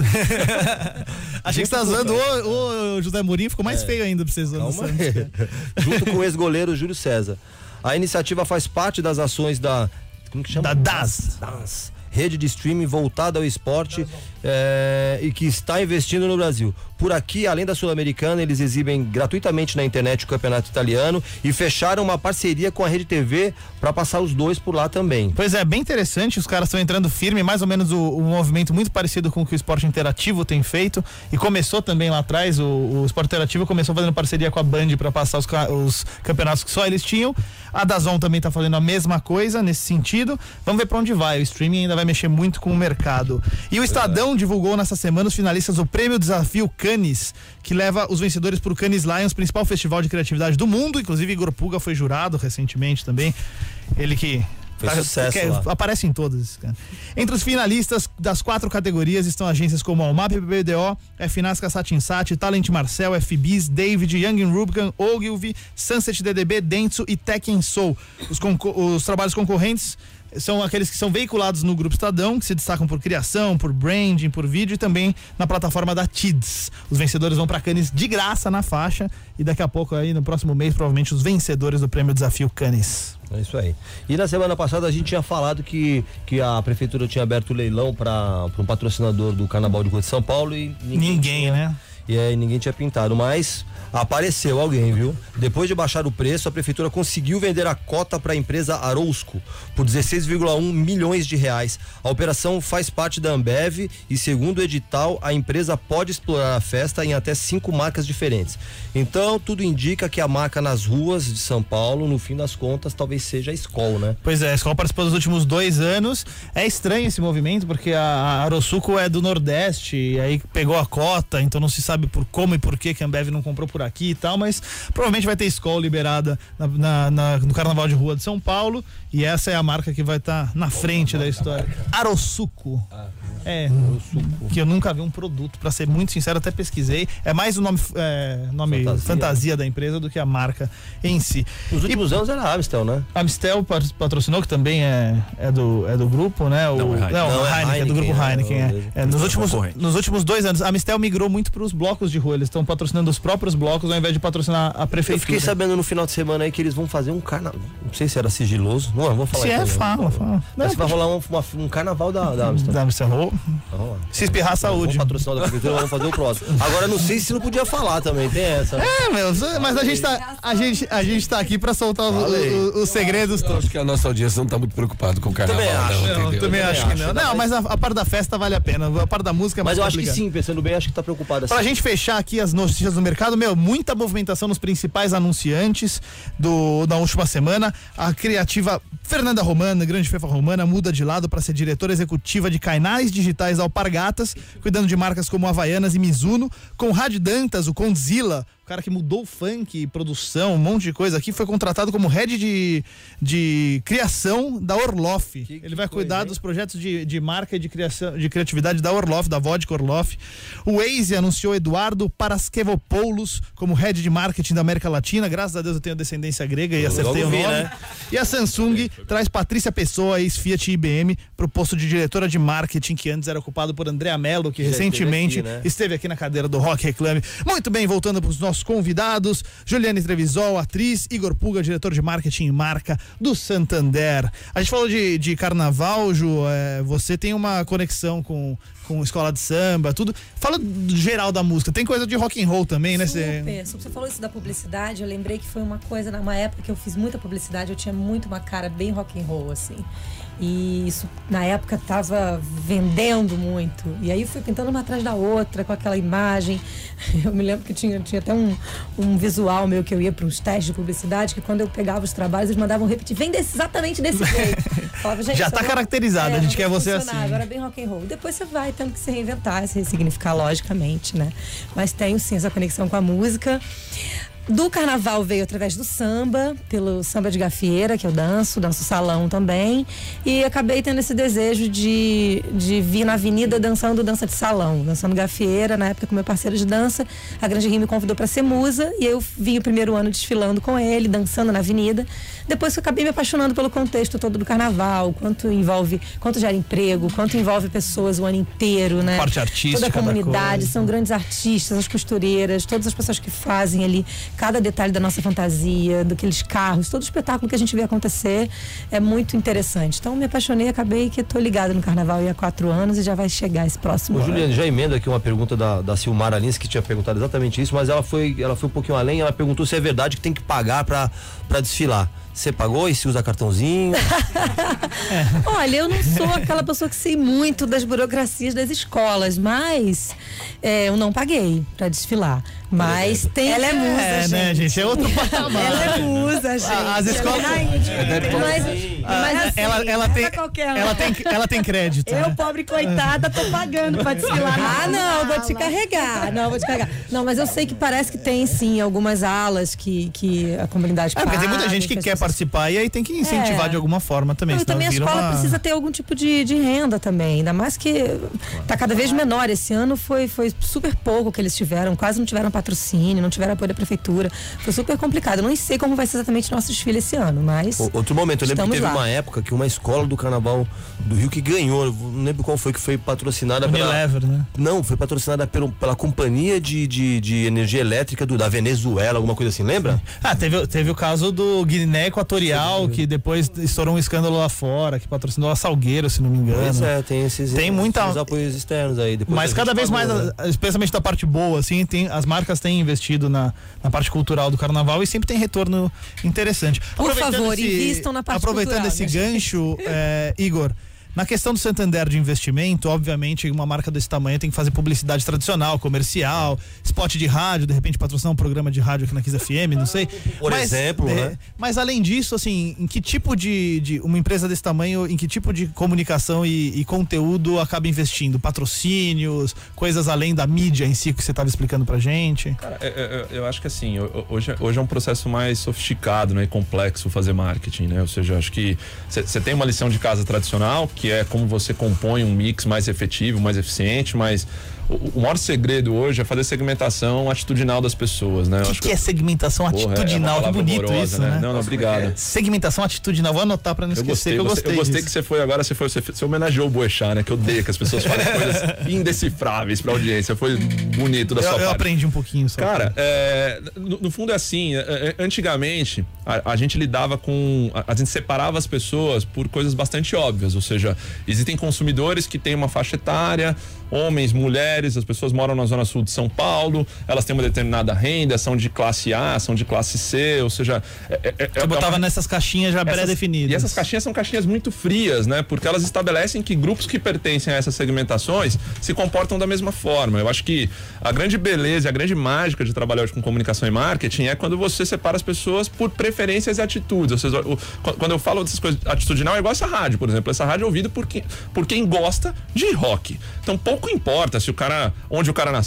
Achei que você tá zoando o José Mourinho, ficou mais feio ainda pra vocês zoando o Santos. Junto com o ex-goleiro Júlio César. A iniciativa faz parte das ações da... Como que chama? Da DAS. Rede de streaming voltada ao esporte e que está investindo no Brasil. Por aqui, além da Sul-Americana, eles exibem gratuitamente na internet o campeonato italiano e fecharam uma parceria com a Rede TV para passar os dois por lá também. Pois é, bem interessante, os caras estão entrando firme, mais ou menos um movimento muito parecido com o que o Esporte Interativo tem feito, e começou também lá atrás, o Esporte Interativo começou fazendo parceria com a Band para passar os campeonatos que só eles tinham. A DAZN também está fazendo a mesma coisa nesse sentido. Vamos ver para onde vai, o streaming ainda vai mexer muito com o mercado. E o Estadão divulgou nessa semana os finalistas do Prêmio Desafio Cannes, que leva os vencedores para o Cannes Lions, principal festival de criatividade do mundo. Inclusive Igor Puga foi jurado recentemente também. Ele que aparece em todas, cara. Entre os finalistas das 4 categorias estão agências como a UMAP, BBDO, FNASCA, Satinsat, Talent Marcel, FBIS, David, Young Rubicon, Ogilvy, Sunset DDB, Dentsu e Tekken Soul. Os trabalhos concorrentes são aqueles que são veiculados no Grupo Estadão, que se destacam por criação, por branding, por vídeo, e também na plataforma da TIDS. Os vencedores vão para Cannes de graça na faixa, e daqui a pouco aí no próximo mês provavelmente os vencedores do Prêmio Desafio Cannes. É isso aí. E na semana passada a gente tinha falado que a prefeitura tinha aberto o leilão para um patrocinador do Carnaval de Rua de São Paulo e ninguém, né? E aí ninguém tinha pintado, mas apareceu alguém, viu? Depois de baixar o preço, a prefeitura conseguiu vender a cota para a empresa Arousco por 16,1 milhões de reais. A operação faz parte da Ambev e, segundo o edital, a empresa pode explorar a festa em até 5 marcas diferentes. Então, tudo indica que a marca nas ruas de São Paulo, no fim das contas, talvez seja a Skol, né? Pois é, a Skol participou dos últimos 2 anos. É estranho esse movimento, porque a Arosuco é do Nordeste, e aí pegou a cota, então não se sabe por como e por que a Ambev não comprou por aqui e tal, mas provavelmente vai ter Skol liberada no Carnaval de Rua de São Paulo, e essa é a marca que vai estar na frente da história. Arosuco. Que eu nunca vi um produto, pra ser muito sincero, até pesquisei. É mais o nome fantasia da empresa do que a marca em si. Nos últimos anos era a Amstel, né? A Amstel patrocinou, que também é do grupo, né? Heineken, é do grupo Heineken. Nos últimos 2 anos, a Amstel migrou muito para os blocos de rua. Eles estão patrocinando os próprios blocos ao invés de patrocinar a prefeitura. Eu fiquei sabendo no final de semana aí que eles vão fazer um carnaval. Não sei se era sigiloso. Não, vou falar. Se fala. Mas vai rolar um carnaval da Amstel. Da Amstel. Se espirrar, saúde. Vamos patrocinar da prefeitura, vamos fazer o próximo. Agora não sei se não podia falar também, tem essa. Mas a gente tá aqui pra soltar os segredos todos. Acho que a nossa audiência não tá muito preocupada com o carnaval. Também acho que não. Não, mas a parte da festa vale a pena. A parte da música é mais complicada. Mas eu acho que sim, pensando bem, acho que tá preocupada. Pra gente fechar aqui as notícias do mercado, muita movimentação nos principais anunciantes da última semana. A criativa Fernanda Romana, grande fefa romana, muda de lado para ser diretora executiva de canais digitais da Alpargatas, cuidando de marcas como Havaianas e Mizuno. Conrad Dantas, o Condzilla, o cara que mudou o funk, produção, um monte de coisa aqui, foi contratado como head de criação da Orloff. Ele vai cuidar dos projetos de marca e de criatividade da Orloff, da vodka Orloff. O Waze anunciou Eduardo Paraskevopoulos como head de marketing da América Latina. Graças a Deus eu tenho descendência grega e acertei o nome. Né? E a Samsung traz Patrícia Pessoa, ex-Fiat e IBM, pro posto de diretora de marketing, que antes era ocupado por Andréa Mello, que recentemente esteve aqui na cadeira do Rock Reclame. Muito bem, voltando para os nossos convidados, Juliane Trevisol, atriz, Igor Puga, diretor de marketing e marca do Santander. A gente falou de carnaval, Ju, você tem uma conexão com escola de samba, tudo. Fala do geral da música, tem coisa de rock and roll também, né? Você falou isso da publicidade, eu lembrei que foi uma coisa, numa época que eu fiz muita publicidade, eu tinha muito uma cara bem rock and roll, assim. E isso, na época, tava vendendo muito. E aí fui pintando uma atrás da outra, com aquela imagem. Eu me lembro que tinha até um visual meu que eu ia para uns testes de publicidade, que quando eu pegava os trabalhos, eles mandavam repetir, vem exatamente desse jeito. Falava, gente, já tá caracterizado, a gente quer você assim. Agora é bem rock and roll. Depois você vai tendo que se reinventar, se ressignificar, logicamente, né? Mas tenho sim essa conexão com a música. Do carnaval veio através do samba, pelo samba de gafieira, que eu danço salão também, e acabei tendo esse desejo de vir na avenida dançando dança de salão, dançando gafieira, na época com meu parceiro de dança. A Grande Rio me convidou para ser musa, e eu vim o primeiro ano desfilando com ele, dançando na avenida. Depois que eu acabei me apaixonando pelo contexto todo do carnaval, quanto gera emprego, quanto envolve pessoas o ano inteiro, né? Parte artística, toda a comunidade, são grandes artistas, as costureiras, todas as pessoas que fazem ali cada detalhe da nossa fantasia, daqueles carros, todo o espetáculo que a gente vê acontecer é muito interessante. Então me apaixonei, acabei que tô ligada no carnaval há 4 anos e já vai chegar esse próximo ano. Juliane, já emenda aqui uma pergunta da Silmara Lins, que tinha perguntado exatamente isso, mas ela foi um pouquinho além, ela perguntou se é verdade que tem que pagar pra desfilar. Você pagou e se usa cartãozinho? Olha, eu não sou aquela pessoa que sei muito das burocracias das escolas, mas eu não paguei pra desfilar. Mas tem. Ela é musa, gente. Né, gente? É outro patamar. Ela é musa, gente. As escolas. Ela tem crédito. Eu, pobre coitada, tô pagando pra desfilar. Vou te carregar. Não, mas eu sei que parece que tem sim algumas alas que a comunidade paga. Porque tem muita gente que quer participar e aí tem que incentivar de alguma forma também. E também a escola precisa ter algum tipo de renda também, ainda mais que tá cada vez menor. Esse ano foi super pouco que eles tiveram, quase não tiveram patrocínio, não tiveram apoio da prefeitura, foi super complicado. Eu não sei como vai ser exatamente nosso desfile esse ano, mas outro momento, eu lembro que teve uma época que uma escola do carnaval do Rio que ganhou, não lembro qual foi, que foi patrocinada Unilever, né? Não, foi patrocinada pela companhia de energia elétrica da Venezuela, alguma coisa assim, lembra? Teve o caso do Guiné Equatorial, que depois estourou um escândalo lá fora, que patrocinou a Salgueiro, se não me engano. Pois tem esses apoios externos aí. Mas cada vez mais, especialmente da parte boa, assim, as marcas têm investido na parte cultural do carnaval e sempre tem retorno interessante. Por favor, invistam na parte cultural. Aproveitando esse gancho, Igor, na questão do Santander de investimento, obviamente, uma marca desse tamanho tem que fazer publicidade tradicional, comercial, spot de rádio, de repente patrocinar um programa de rádio aqui na Kiss FM, não sei. Por exemplo, né? Mas além disso, assim, em que tipo de uma empresa desse tamanho, em que tipo de comunicação e conteúdo acaba investindo? Patrocínios, coisas além da mídia em si que você estava explicando pra gente? Cara, eu acho que assim, hoje é um processo mais sofisticado, né, e complexo fazer marketing, né? Ou seja, eu acho que você tem uma lição de casa tradicional, que é como você compõe um mix mais efetivo, mais eficiente, mas o maior segredo hoje é fazer segmentação atitudinal das pessoas, né? O que é segmentação atitudinal? Que bonito isso, né? Não, obrigado. Segmentação atitudinal, vou anotar pra não esquecer. Eu gostei que você homenageou o Boechat, né? Que eu odeio que as pessoas falem coisas indecifráveis pra audiência. Foi bonito da sua parte. Eu aprendi um pouquinho só. Cara, no fundo é assim, antigamente a gente lidava com, a gente separava as pessoas por coisas bastante óbvias, ou seja, existem consumidores que têm uma faixa etária, homens, mulheres, as pessoas moram na zona sul de São Paulo, elas têm uma determinada renda, são de classe A, são de classe C, ou seja... Você botava nessas caixinhas já pré-definidas. E essas caixinhas são caixinhas muito frias, né? Porque elas estabelecem que grupos que pertencem a essas segmentações se comportam da mesma forma. Eu acho que a grande beleza e a grande mágica de trabalhar hoje com comunicação e marketing é quando você separa as pessoas por preferências e atitudes. Ou seja, quando eu falo dessas coisas atitudinal, é igual essa rádio, por exemplo. Essa rádio é ouvida por quem gosta de rock. Então, pouco importa se onde o cara nasceu,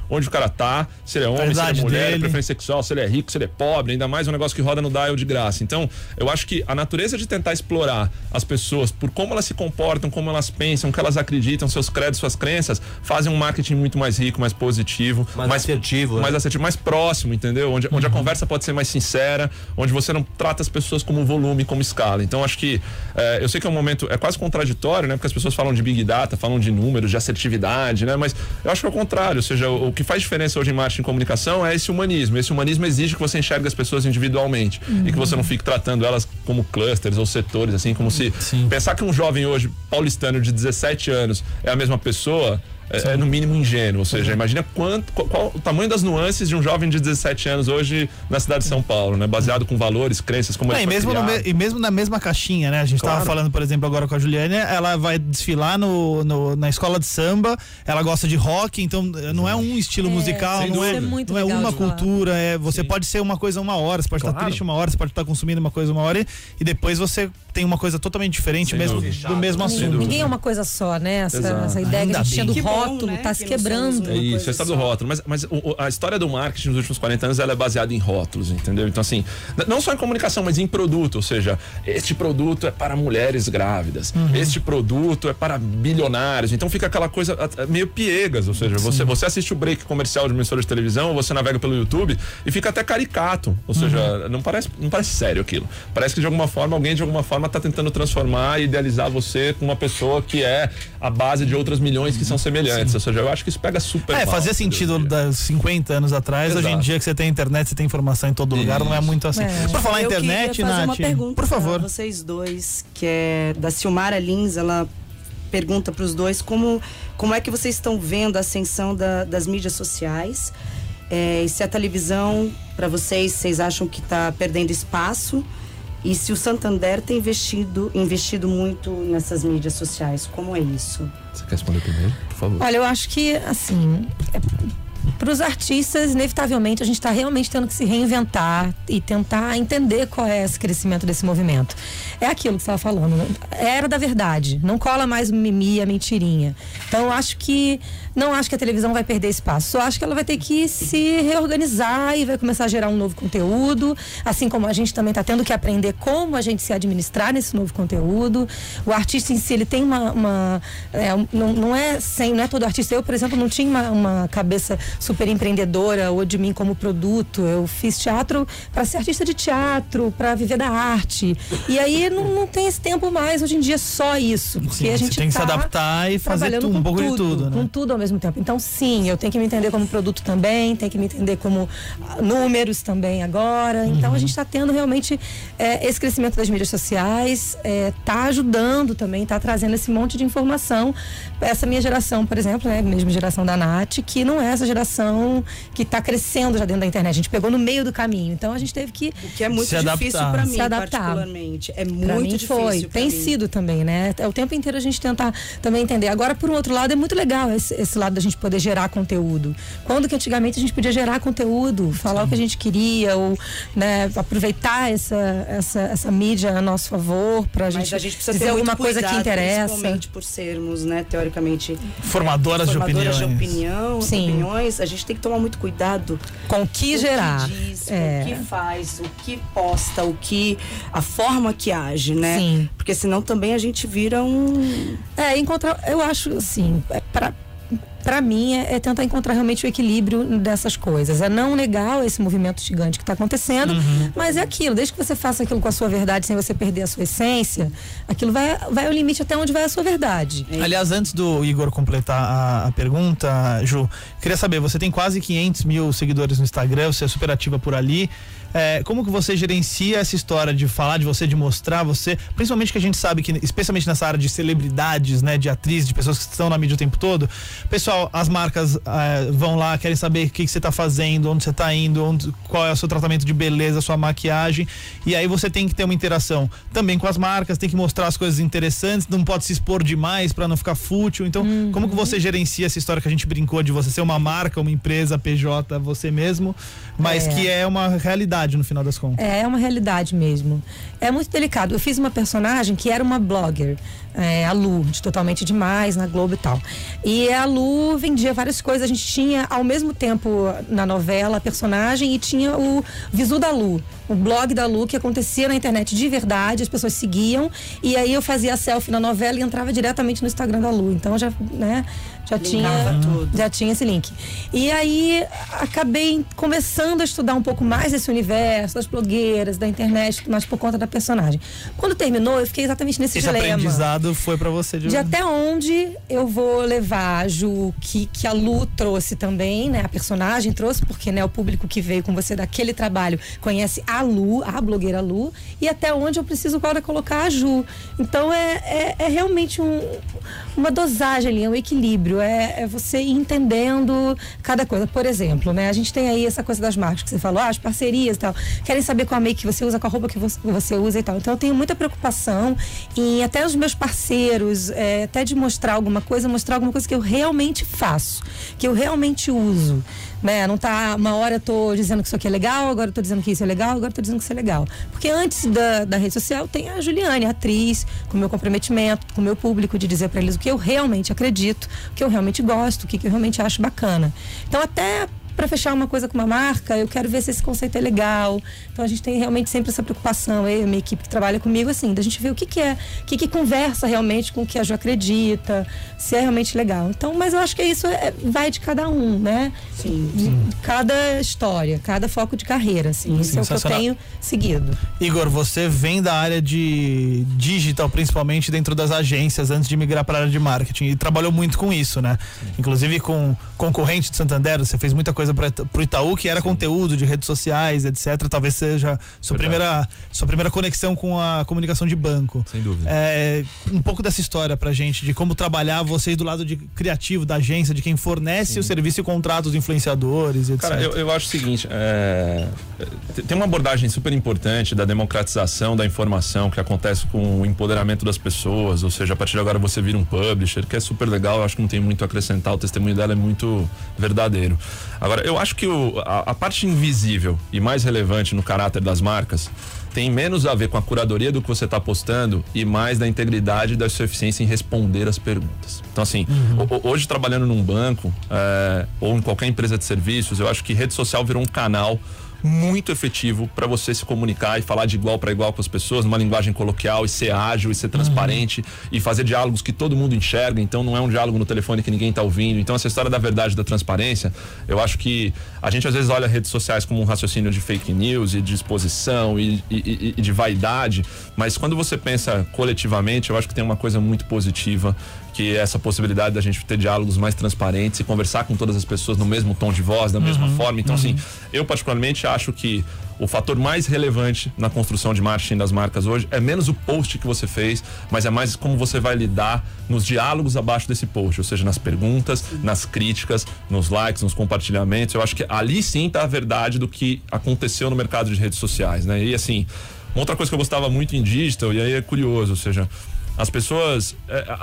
onde o cara tá, se ele é homem, se ele é mulher, preferência sexual, se ele é rico, se ele é pobre, ainda mais um negócio que roda no dial de graça. Então, eu acho que a natureza de tentar explorar as pessoas por como elas se comportam, como elas pensam, o que elas acreditam, seus credos, suas crenças, fazem um marketing muito mais rico, mais positivo, mais assertivo, mais próximo, entendeu? Onde a conversa pode ser mais sincera, onde você não trata as pessoas como volume, como escala. Então, acho que eu sei que é um momento, é quase contraditório, né? Porque as pessoas falam de Big Data, falam de números, de assertividade, né? Mas eu acho que é o contrário, ou seja, o que faz diferença hoje em marketing e comunicação é esse humanismo. Esse humanismo exige que você enxergue as pessoas individualmente e que você não fique tratando elas como clusters ou setores, assim, como se pensar que um jovem hoje paulistano de 17 anos é a mesma pessoa. É no mínimo ingênuo, ou seja, imagina qual o tamanho das nuances de um jovem de 17 anos hoje na cidade de São Paulo, né? Baseado com valores, crenças, como e mesmo na mesma caixinha, né? A gente tava falando, por exemplo, agora com a Juliane, ela vai desfilar na escola de samba, ela gosta de rock, então não é um estilo musical, não é uma cultura, você pode ser uma coisa uma hora, você pode estar triste uma hora, você pode estar consumindo uma coisa uma hora e depois você tem uma coisa totalmente diferente do mesmo assunto. Ninguém é uma coisa só, né? Essa ideia que a gente tinha do rótulo, né? Tá se quebrando. É isso, a história do rótulo. Mas a história do marketing nos últimos 40 anos ela é baseada em rótulos, entendeu? Então, assim, não só em comunicação, mas em produto. Ou seja, este produto é para mulheres grávidas, este produto é para bilionários. Então fica aquela coisa meio piegas. Ou seja, você assiste o break comercial de uma emissora de televisão, ou você navega pelo YouTube e fica até caricato. Ou seja, não parece sério aquilo. Parece que de alguma forma, alguém de alguma forma tá tentando transformar e idealizar você com uma pessoa que é a base de outras milhões que são semelhantes. Ou seja, eu acho que isso pega super mal. Fazia sentido das 50 anos atrás. Exato. Hoje em dia que você tem internet, você tem informação em todo lugar, não é muito assim. Por falar em internet, Nath, uma pergunta por favor. Pra vocês dois, que é da Silmara Lins, ela pergunta para os dois como é que vocês estão vendo a ascensão das mídias sociais, e se a televisão, para vocês acham que está perdendo espaço, e se o Santander tem investido muito nessas mídias sociais, como é isso? Você quer responder primeiro, por favor? Olha, eu acho que, assim, para os artistas, inevitavelmente, a gente está realmente tendo que se reinventar e tentar entender qual é esse crescimento desse movimento. É aquilo que você estava falando, né? Era da verdade, não cola mais o mimimi, a mentirinha. Então, eu acho que não acho que a televisão vai perder espaço, só acho que ela vai ter que se reorganizar e vai começar a gerar um novo conteúdo, assim como a gente também está tendo que aprender como a gente se administrar nesse novo conteúdo. O artista em si, ele tem não é todo artista. Eu, por exemplo, não tinha uma cabeça super empreendedora ou de mim como produto. Eu fiz teatro para ser artista de teatro, para viver da arte, e aí não tem esse tempo mais hoje em dia só isso, porque a gente tem que se adaptar e fazer um pouco de tudo, né? Com tudo ao mesmo tempo. Então, sim, eu tenho que me entender como produto também, tenho que me entender como números também agora. Então, a gente está tendo realmente esse crescimento das mídias sociais, tá ajudando também, tá trazendo esse monte de informação. Essa minha geração, por exemplo, né, mesma geração da Nath, que não é essa geração que está crescendo já dentro da internet. A gente pegou no meio do caminho. Então, a gente teve que o que é muito difícil para mim, particularmente. É muito difícil. Tem sido também, né? É o tempo inteiro a gente tentar também entender. Agora, por um outro lado, é muito legal esse lado da gente poder gerar conteúdo. Quando que antigamente a gente podia gerar conteúdo, falar o que a gente queria, ou, né, aproveitar essa mídia a nosso favor, pra gente dizer alguma coisa que interessa. Principalmente por sermos, né, teoricamente, formadoras de opiniões, a gente tem que tomar muito cuidado com o que gerar. O que diz, o que faz, o que posta, a forma que age, né? Sim. Porque senão também a gente vira eu acho assim, para mim é tentar encontrar realmente o equilíbrio dessas coisas. É não negar esse movimento gigante que está acontecendo, mas é aquilo, desde que você faça aquilo com a sua verdade, sem você perder a sua essência, aquilo vai ao limite até onde vai a sua verdade. Aliás, antes do Igor completar a pergunta, Ju, queria saber, você tem quase 500 mil seguidores no Instagram, você é super ativa por ali. Como que você gerencia essa história de falar de você, de mostrar você, principalmente que a gente sabe que, especialmente nessa área de celebridades, né, de atrizes, de pessoas que estão na mídia o tempo todo, pessoal, as marcas vão lá, querem saber o que você está fazendo, onde você está indo, qual é o seu tratamento de beleza, a sua maquiagem, e aí você tem que ter uma interação também com as marcas, tem que mostrar as coisas interessantes, não pode se expor demais para não ficar fútil. Então, como que você gerencia essa história que a gente brincou de você ser uma marca, uma empresa, PJ, você mesmo, mas que é uma realidade no final das contas? É uma realidade mesmo. É muito delicado. Eu fiz uma personagem que era uma blogger, a Lu, de Totalmente Demais, na Globo e tal. E a Lu vendia várias coisas. A gente tinha, ao mesmo tempo, na novela, a personagem, e tinha o Visu da Lu, o blog da Lu, que acontecia na internet de verdade, as pessoas seguiam, e aí eu fazia a selfie na novela e entrava diretamente no Instagram da Lu. Então já tinha esse link. E aí acabei começando a estudar um pouco mais esse universo das blogueiras, da internet, mas por conta da personagem. Quando terminou, eu fiquei exatamente nesse dilema. Esse aprendizado foi pra você de até onde eu vou levar a Ju, que a Lu trouxe também, né? A personagem trouxe, porque, né, o público que veio com você daquele trabalho conhece a Lu, a blogueira Lu, e até onde eu preciso agora colocar a Ju. Então é realmente uma dosagem ali, um equilíbrio. É você ir entendendo cada coisa. Por exemplo, né? A gente tem aí essa coisa das marcas que você falou, as parcerias e tal. Querem saber qual a make que você usa, qual a roupa que você usa e tal. Então eu tenho muita preocupação em até os meus parceiros, até de mostrar alguma coisa que eu realmente faço, que eu realmente uso. Né? Não tá, uma hora eu tô dizendo que isso aqui é legal, agora eu tô dizendo que isso é legal, agora eu tô dizendo que isso é legal. Porque antes da rede social tem a Juliane, a atriz, com o meu comprometimento, com o meu público, de dizer para eles o que eu realmente acredito, o que eu realmente gosto, o que eu realmente acho bacana. Então até para fechar uma coisa com uma marca, eu quero ver se esse conceito é legal. Então a gente tem realmente sempre essa preocupação, eu e a minha equipe que trabalha comigo, assim, da gente ver o que que conversa realmente com o que a Ju acredita, se é realmente legal. Então, mas eu acho que isso vai de cada um, né? Sim. De cada história, cada foco de carreira, assim. Isso é o que eu tenho seguido. Igor, você vem da área de digital, principalmente dentro das agências, antes de migrar para a área de marketing, e trabalhou muito com isso, né? Inclusive com concorrente do Santander, você fez muita coisa pro Itaú, que era conteúdo de redes sociais, etc. Talvez seja sua primeira conexão com a comunicação de banco. Sem dúvida. Um pouco dessa história pra gente, de como trabalhar vocês do lado de criativo da agência, de quem fornece o serviço e contrata os influenciadores, etc. Cara, eu acho o seguinte, tem uma abordagem super importante da democratização da informação que acontece com o empoderamento das pessoas, ou seja, a partir de agora você vira um publisher, que é super legal, eu acho que não tem muito a acrescentar, o testemunho dela é muito verdadeiro. Agora, eu acho que a parte invisível e mais relevante no caráter das marcas tem menos a ver com a curadoria do que você está postando e mais da integridade e da sua eficiência em responder as perguntas. Então, assim, hoje trabalhando num banco ou em qualquer empresa de serviços, eu acho que rede social virou um canal muito efetivo para você se comunicar e falar de igual para igual com as pessoas, numa linguagem coloquial, e ser ágil e ser transparente e fazer diálogos que todo mundo enxerga. Então não é um diálogo no telefone que ninguém tá ouvindo. Então essa história da verdade e da transparência, eu acho que a gente às vezes olha redes sociais como um raciocínio de fake news e de exposição e de vaidade, mas quando você pensa coletivamente, eu acho que tem uma coisa muito positiva, que é essa possibilidade da gente ter diálogos mais transparentes e conversar com todas as pessoas no mesmo tom de voz, da mesma forma. Então, assim, eu particularmente acho que o fator mais relevante na construção de marketing das marcas hoje é menos o post que você fez, mas é mais como você vai lidar nos diálogos abaixo desse post, ou seja, nas perguntas, nas críticas, nos likes, nos compartilhamentos. Eu acho que ali sim tá a verdade do que aconteceu no mercado de redes sociais, né? E assim, uma outra coisa que eu gostava muito em digital, e aí é curioso, ou seja, as pessoas,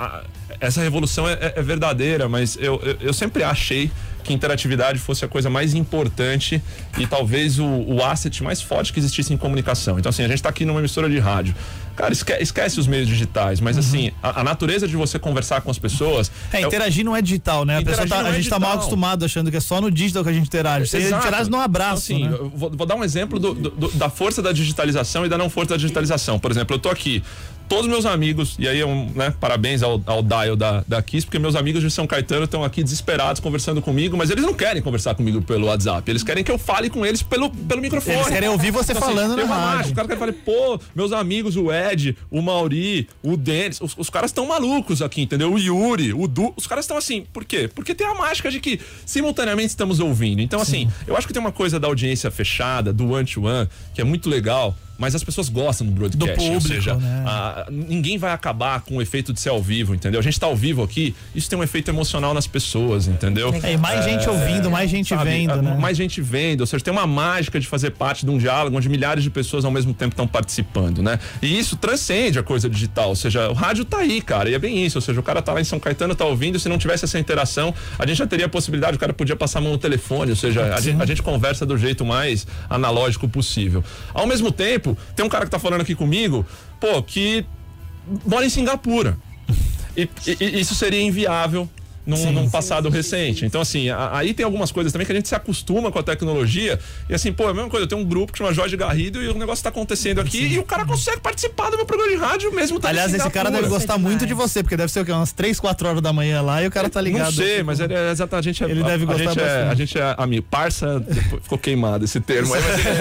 essa revolução é verdadeira, mas eu sempre achei que interatividade fosse a coisa mais importante e talvez o asset mais forte que existisse em comunicação. Então, assim, a gente tá aqui numa emissora de rádio. Cara, esquece os meios digitais, mas assim, a natureza de você conversar com as pessoas... interagir não é digital, né? A gente tá mal acostumado achando que é só no digital que a gente interage. Você interage no abraço, então, assim, né? Vou dar um exemplo da força da digitalização e da não força da digitalização. Por exemplo, eu tô aqui, todos meus amigos, e aí parabéns ao Dial da Kiss, porque meus amigos de São Caetano estão aqui desesperados conversando comigo, mas eles não querem conversar comigo pelo WhatsApp, eles querem que eu fale com eles pelo microfone. Eles querem ouvir você falando na rádio. O cara quer falar, meus amigos, o Ed, o Mauri, o Denis, os caras estão malucos aqui, entendeu? O Yuri, o Du, os caras estão assim, por quê? Porque tem a mágica de que simultaneamente estamos ouvindo. Então, assim, eu acho que tem uma coisa da audiência fechada, do one-to-one, que é muito legal, mas as pessoas gostam do broadcast, do público, ou seja, né? Ninguém vai acabar com o efeito de ser ao vivo, entendeu? A gente tá ao vivo aqui, isso tem um efeito emocional nas pessoas, entendeu? E mais gente ouvindo, mais gente vendo, né? Mais gente vendo, ou seja, tem uma mágica de fazer parte de um diálogo onde milhares de pessoas ao mesmo tempo estão participando, né? E isso transcende a coisa digital, ou seja, o rádio tá aí, cara, e é bem isso, ou seja, o cara tá lá em São Caetano, tá ouvindo, se não tivesse essa interação, a gente já teria a possibilidade, o cara podia passar a mão no telefone, ou seja, a gente conversa do jeito mais analógico possível. Ao mesmo tempo, tem um cara que tá falando aqui comigo, que mora em Singapura. E isso seria inviável num passado recente. Então, assim, aí tem algumas coisas também que a gente se acostuma com a tecnologia e assim, pô, é a mesma coisa, eu tenho um grupo que chama Jorge Garrido e o negócio tá acontecendo aqui e o cara consegue participar do meu programa de rádio mesmo. Aliás, esse cara deve gostar muito de você, porque deve ser o quê? Umas 3, 4 horas da manhã lá e o cara tá ligado. Não sei, mas ele é exatamente... Ele deve gostar bastante. A gente é amigo. Parça, ficou queimado esse termo aí,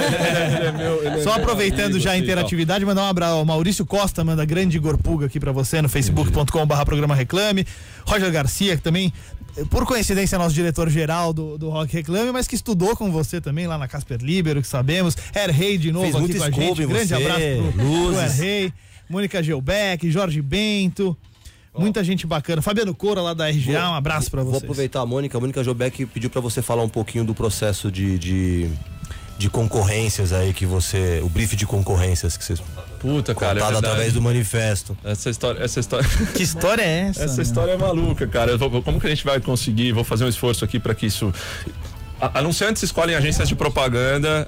mas Só aproveitando já a interatividade, mandar um abraço ao Maurício Costa, manda grande Igor Puga aqui pra você no facebook.com/programa Reclame. Roger Garcia, que também, por coincidência, é nosso diretor-geral do Rock Reclame, mas que estudou com você também lá na Casper Libero, que sabemos. Rei de novo aqui com a gente. Grande abraço pro Rei. Mônica Gelbeck, Jorge Bento. Muita gente bacana. Fabiano Coura lá da RGA, um abraço pra vocês. Vou aproveitar a Mônica Gelbeck pediu pra você falar um pouquinho do processo de concorrências aí que você... O brief de concorrências que vocês... Puta, cara, contado através do manifesto. Essa história... Que história é essa? Essa história é maluca, cara. Como que a gente vai conseguir? Vou fazer um esforço aqui para que isso... Anunciantes escolhem agências de propaganda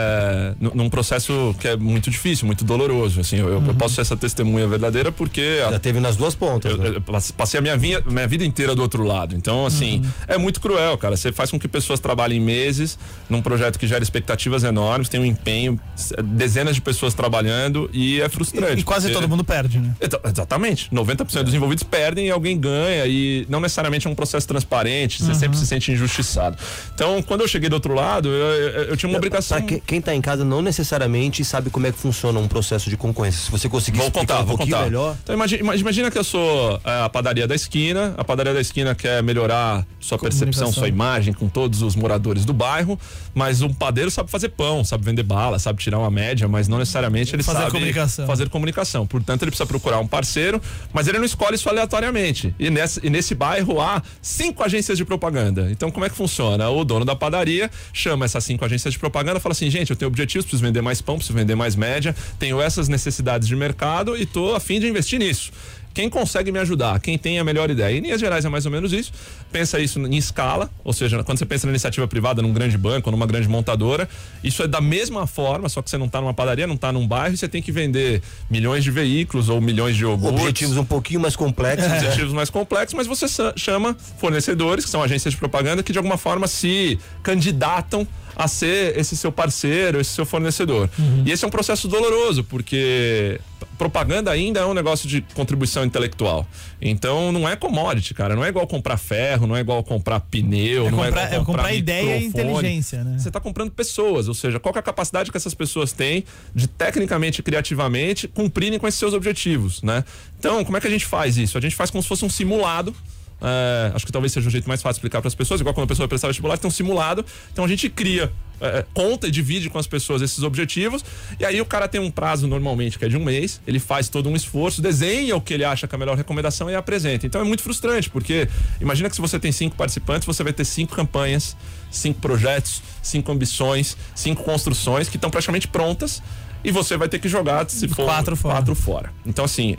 num processo que é muito difícil, muito doloroso. Assim, eu posso ser essa testemunha verdadeira porque... Já teve nas duas pontas. Eu passei a minha vida inteira do outro lado. Então, assim, é muito cruel, cara. Você faz com que pessoas trabalhem meses num projeto que gera expectativas enormes, tem um empenho, dezenas de pessoas trabalhando e é frustrante. E quase todo mundo perde, né? Exatamente. 90% dos envolvidos perdem e alguém ganha e não necessariamente é um processo transparente, você sempre se sente injustiçado. Então, quando eu cheguei do outro lado, eu tinha uma obrigação. Quem tá em casa não necessariamente sabe como é que funciona um processo de concorrência. Se você conseguir explicar um pouquinho melhor. Então imagina que eu sou a padaria da esquina. A padaria da esquina quer melhorar sua percepção, sua imagem com todos os moradores do bairro, mas um padeiro sabe fazer pão, sabe vender bala, sabe tirar uma média, mas não necessariamente ele sabe fazer comunicação. Portanto, ele precisa procurar um parceiro, mas ele não escolhe isso aleatoriamente. E nesse bairro há 5 agências de propaganda. Então, como é que funciona? O dono da padaria chama essas 5 agências de propaganda, fala assim, gente, eu tenho objetivos, preciso vender mais pão, preciso vender mais média, tenho essas necessidades de mercado e tô a fim de investir nisso. Quem consegue me ajudar? Quem tem a melhor ideia? Em linhas gerais é mais ou menos isso. Pensa isso em escala, ou seja, quando você pensa na iniciativa privada, num grande banco, numa grande montadora, isso é da mesma forma, só que você não está numa padaria, não está num bairro, e você tem que vender milhões de veículos ou milhões de iogurtes. Objetivos um pouquinho mais complexos. Objetivos mais complexos, mas você chama fornecedores, que são agências de propaganda, que de alguma forma se candidatam a ser esse seu parceiro, esse seu fornecedor. E esse é um processo doloroso, porque propaganda ainda é um negócio de contribuição intelectual. Então não é commodity, cara. Não é igual comprar ferro, não é igual comprar pneu, não é igual comprar ideia e inteligência, né? Você está comprando pessoas, ou seja, qual que é a capacidade que essas pessoas têm de tecnicamente e criativamente cumprirem com esses seus objetivos, né? Então, como é que a gente faz isso? A gente faz como se fosse um simulado. Acho que talvez seja o jeito mais fácil de explicar para as pessoas, igual quando a pessoa vai prestar vestibular, tem um simulado, então a gente cria, conta e divide com as pessoas esses objetivos, e aí o cara tem um prazo normalmente que é de 1 mês, ele faz todo um esforço, desenha o que ele acha que é a melhor recomendação e apresenta. Então é muito frustrante, porque imagina que se você tem 5 participantes, você vai ter 5 campanhas, 5 projetos, 5 ambições, 5 construções que estão praticamente prontas, e você vai ter que jogar, se for, 4 fora. Então, assim,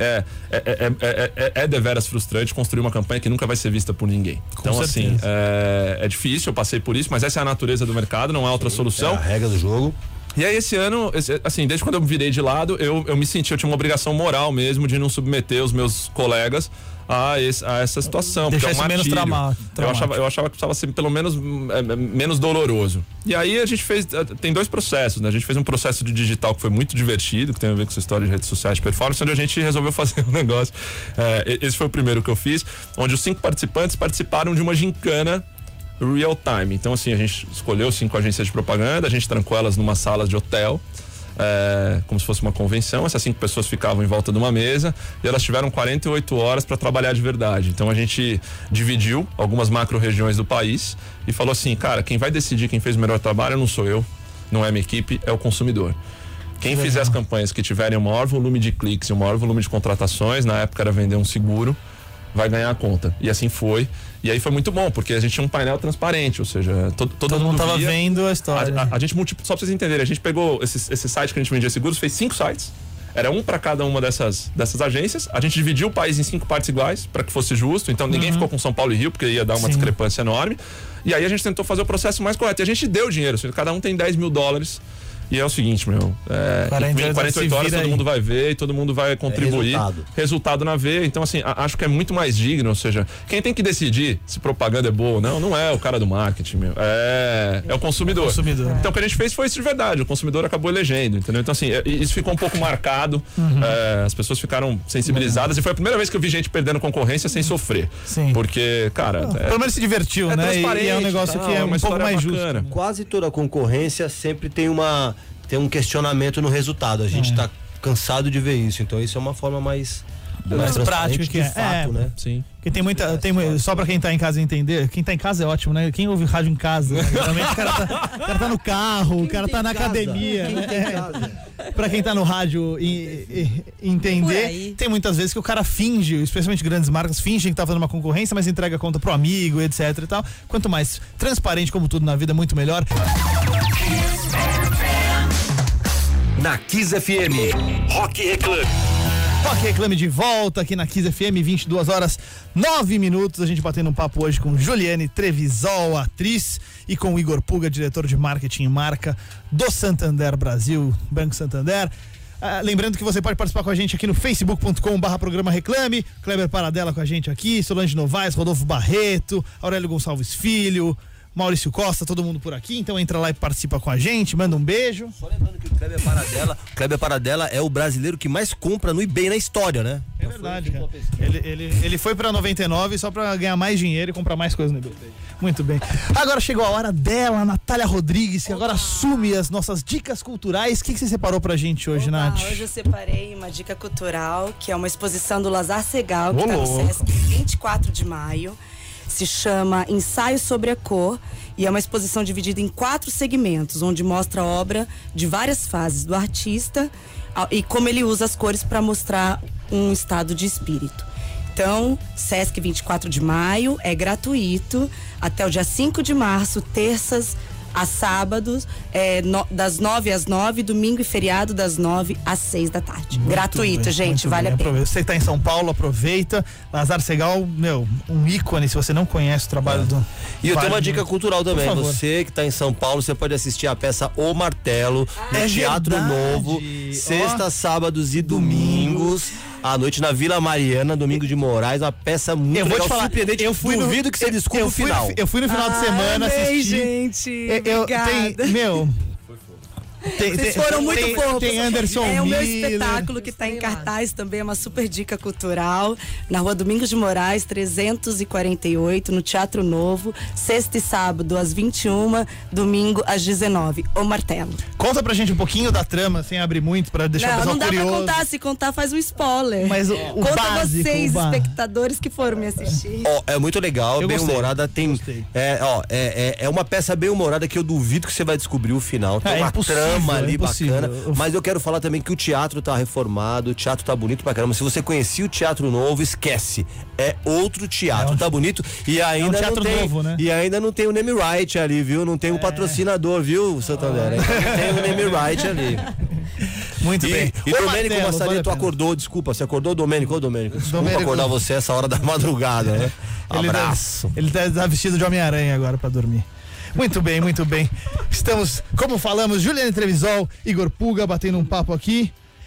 é deveras frustrante construir uma campanha que nunca vai ser vista por ninguém. Então, assim, é difícil, eu passei por isso, mas essa é a natureza do mercado, não há outra solução. É a regra do jogo. E aí esse ano, assim, desde quando eu me virei de lado, eu me senti, eu tinha uma obrigação moral mesmo de não submeter os meus colegas a essa situação. Deixar isso menos traumático. Eu achava que precisava ser pelo menos menos doloroso. E aí a gente tem 2 processos, né? A gente fez um processo de digital que foi muito divertido, que tem a ver com essa história de redes sociais de performance, onde a gente resolveu fazer um negócio. Esse foi o primeiro que eu fiz, onde os 5 participantes participaram de uma gincana real time. Então, assim, a gente escolheu 5 agências de propaganda, a gente trancou elas numa sala de hotel, como se fosse uma convenção. Essas 5 pessoas ficavam em volta de uma mesa e elas tiveram 48 horas para trabalhar de verdade. Então a gente dividiu algumas macro-regiões do país e falou assim, cara, quem vai decidir quem fez o melhor trabalho não sou eu, não é minha equipe, é o consumidor. Quem fizer as campanhas que tiverem o maior volume de cliques e o maior volume de contratações, na época era vender um seguro, vai ganhar a conta. E assim foi. E aí foi muito bom, porque a gente tinha um painel transparente, ou seja, todo mundo tava vendo a história. A gente multiplicou, só pra vocês entenderem, a gente pegou esse site que a gente vendia seguros, fez 5 sites, era um para cada uma dessas agências, a gente dividiu o país em 5 partes iguais, para que fosse justo, então ninguém ficou com São Paulo e Rio, porque ia dar uma discrepância enorme, e aí a gente tentou fazer o processo mais correto, e a gente deu dinheiro, ou seja, cada um tem $10 mil, E é o seguinte, meu, 48 horas todo mundo vai ver e todo mundo vai contribuir. Resultado na veia. Então, assim, acho que é muito mais digno, ou seja, quem tem que decidir se propaganda é boa ou não é o cara do marketing, meu. É o consumidor. Então, o que a gente fez foi isso de verdade. O consumidor acabou elegendo, entendeu? Então, assim, isso ficou um pouco marcado. As pessoas ficaram sensibilizadas e foi a primeira vez que eu vi gente perdendo concorrência sem sofrer. Sim. Porque, cara. Pelo menos se divertiu, né? E é um negócio que é um pouco mais justo. Quase toda concorrência sempre tem um questionamento no resultado. A gente tá cansado de ver isso. Então, isso é uma forma mais prática que fato, né? Sim. Porque só pra quem tá em casa entender, quem tá em casa é ótimo, né? Quem ouve rádio em casa, né? Geralmente o cara tá no carro, o cara tá na academia, né? Pra quem tá no rádio entender, tem muitas vezes que o cara finge, especialmente grandes marcas, fingem que tá fazendo uma concorrência, mas entrega a conta pro amigo, etc e tal. Quanto mais transparente, como tudo na vida, muito melhor. Na Kiss FM, Rock Reclame. Rock Reclame de volta aqui na Kiss FM, 22 horas 9 minutos. A gente batendo um papo hoje com Juliane Trevisol, atriz, e com Igor Puga, diretor de marketing e marca do Santander Brasil, Banco Santander. Lembrando que você pode participar com a gente aqui no facebook.com/programa Reclame. Kleber Paradella com a gente aqui, Solange Novaes, Rodolfo Barreto, Aurélio Gonçalves Filho, Maurício Costa, todo mundo por aqui. Então entra lá e participa com a gente, manda um beijo. Só lembrando que o Kleber Paradella é o brasileiro que mais compra no eBay na história, né? É verdade, cara. Ele foi pra 99 só pra ganhar mais dinheiro e comprar mais coisas no eBay. Muito bem. Agora chegou a hora dela, Natália Rodrigues, que agora assume as nossas dicas culturais. O que você separou pra gente hoje, Nath? Hoje eu separei uma dica cultural, que é uma exposição do Lazar Segal, que tá no Sesc 24 de maio. Se chama Ensaio sobre a Cor e é uma exposição dividida em 4 segmentos, onde mostra a obra de várias fases do artista e como ele usa as cores para mostrar um estado de espírito. Então, Sesc 24 de maio é gratuito até o dia 5 de março, terças a sábados, das 9 às 9, domingo e feriado das 9 às 6 da tarde. Muito gratuito, bem, gente, vale a pena. Você que tá em São Paulo, aproveita. Lazar Segal, um ícone, se você não conhece o trabalho do... E eu tenho uma dica cultural também. Você que tá em São Paulo, você pode assistir a peça O Martelo, no Teatro Novo, sexta, sábados e domingos. À noite na Vila Mariana, Domingo de Moraes, uma peça muito legal, vou te falar, surpreendente. Duvido que você descubra o final. Eu fui no final de semana assistir. Gente, obrigada. Vocês foram muito fofos. Tem Anderson o meu Miller, espetáculo que está em cartaz também, é uma super dica cultural, na Rua Domingos de Moraes 348, no Teatro Novo, sexta e sábado às 21, domingo às 19. O Martelo. Conta pra gente um pouquinho da trama, sem abrir muito, pra deixar o pessoal curioso. Não dá pra contar, se contar faz um spoiler. Mas conta básico, vocês, espectadores que foram me assistir. É muito legal, bem humorada, tem é uma peça bem humorada que eu duvido que você vai descobrir o final. Tem uma trama ali bacana, mas eu quero falar também que o teatro tá reformado, o teatro tá bonito pra caramba. Se você conhecia o Teatro Novo, esquece, é outro teatro, tá bonito e ainda teatro não tem, novo, né? E ainda não tem o name right ali, viu? Não tem o patrocinador, viu, Santander? Não tem o name right ali. Muito bem. E Domênico Massareto acordou, desculpa, você acordou, Domênico? Desculpa acordar você essa hora da madrugada, né? Abraço. Ele tá vestido de Homem-Aranha agora pra dormir. Muito bem, muito bem. Estamos, como falamos, Juliane Trevisol, Igor Puga batendo um papo aqui.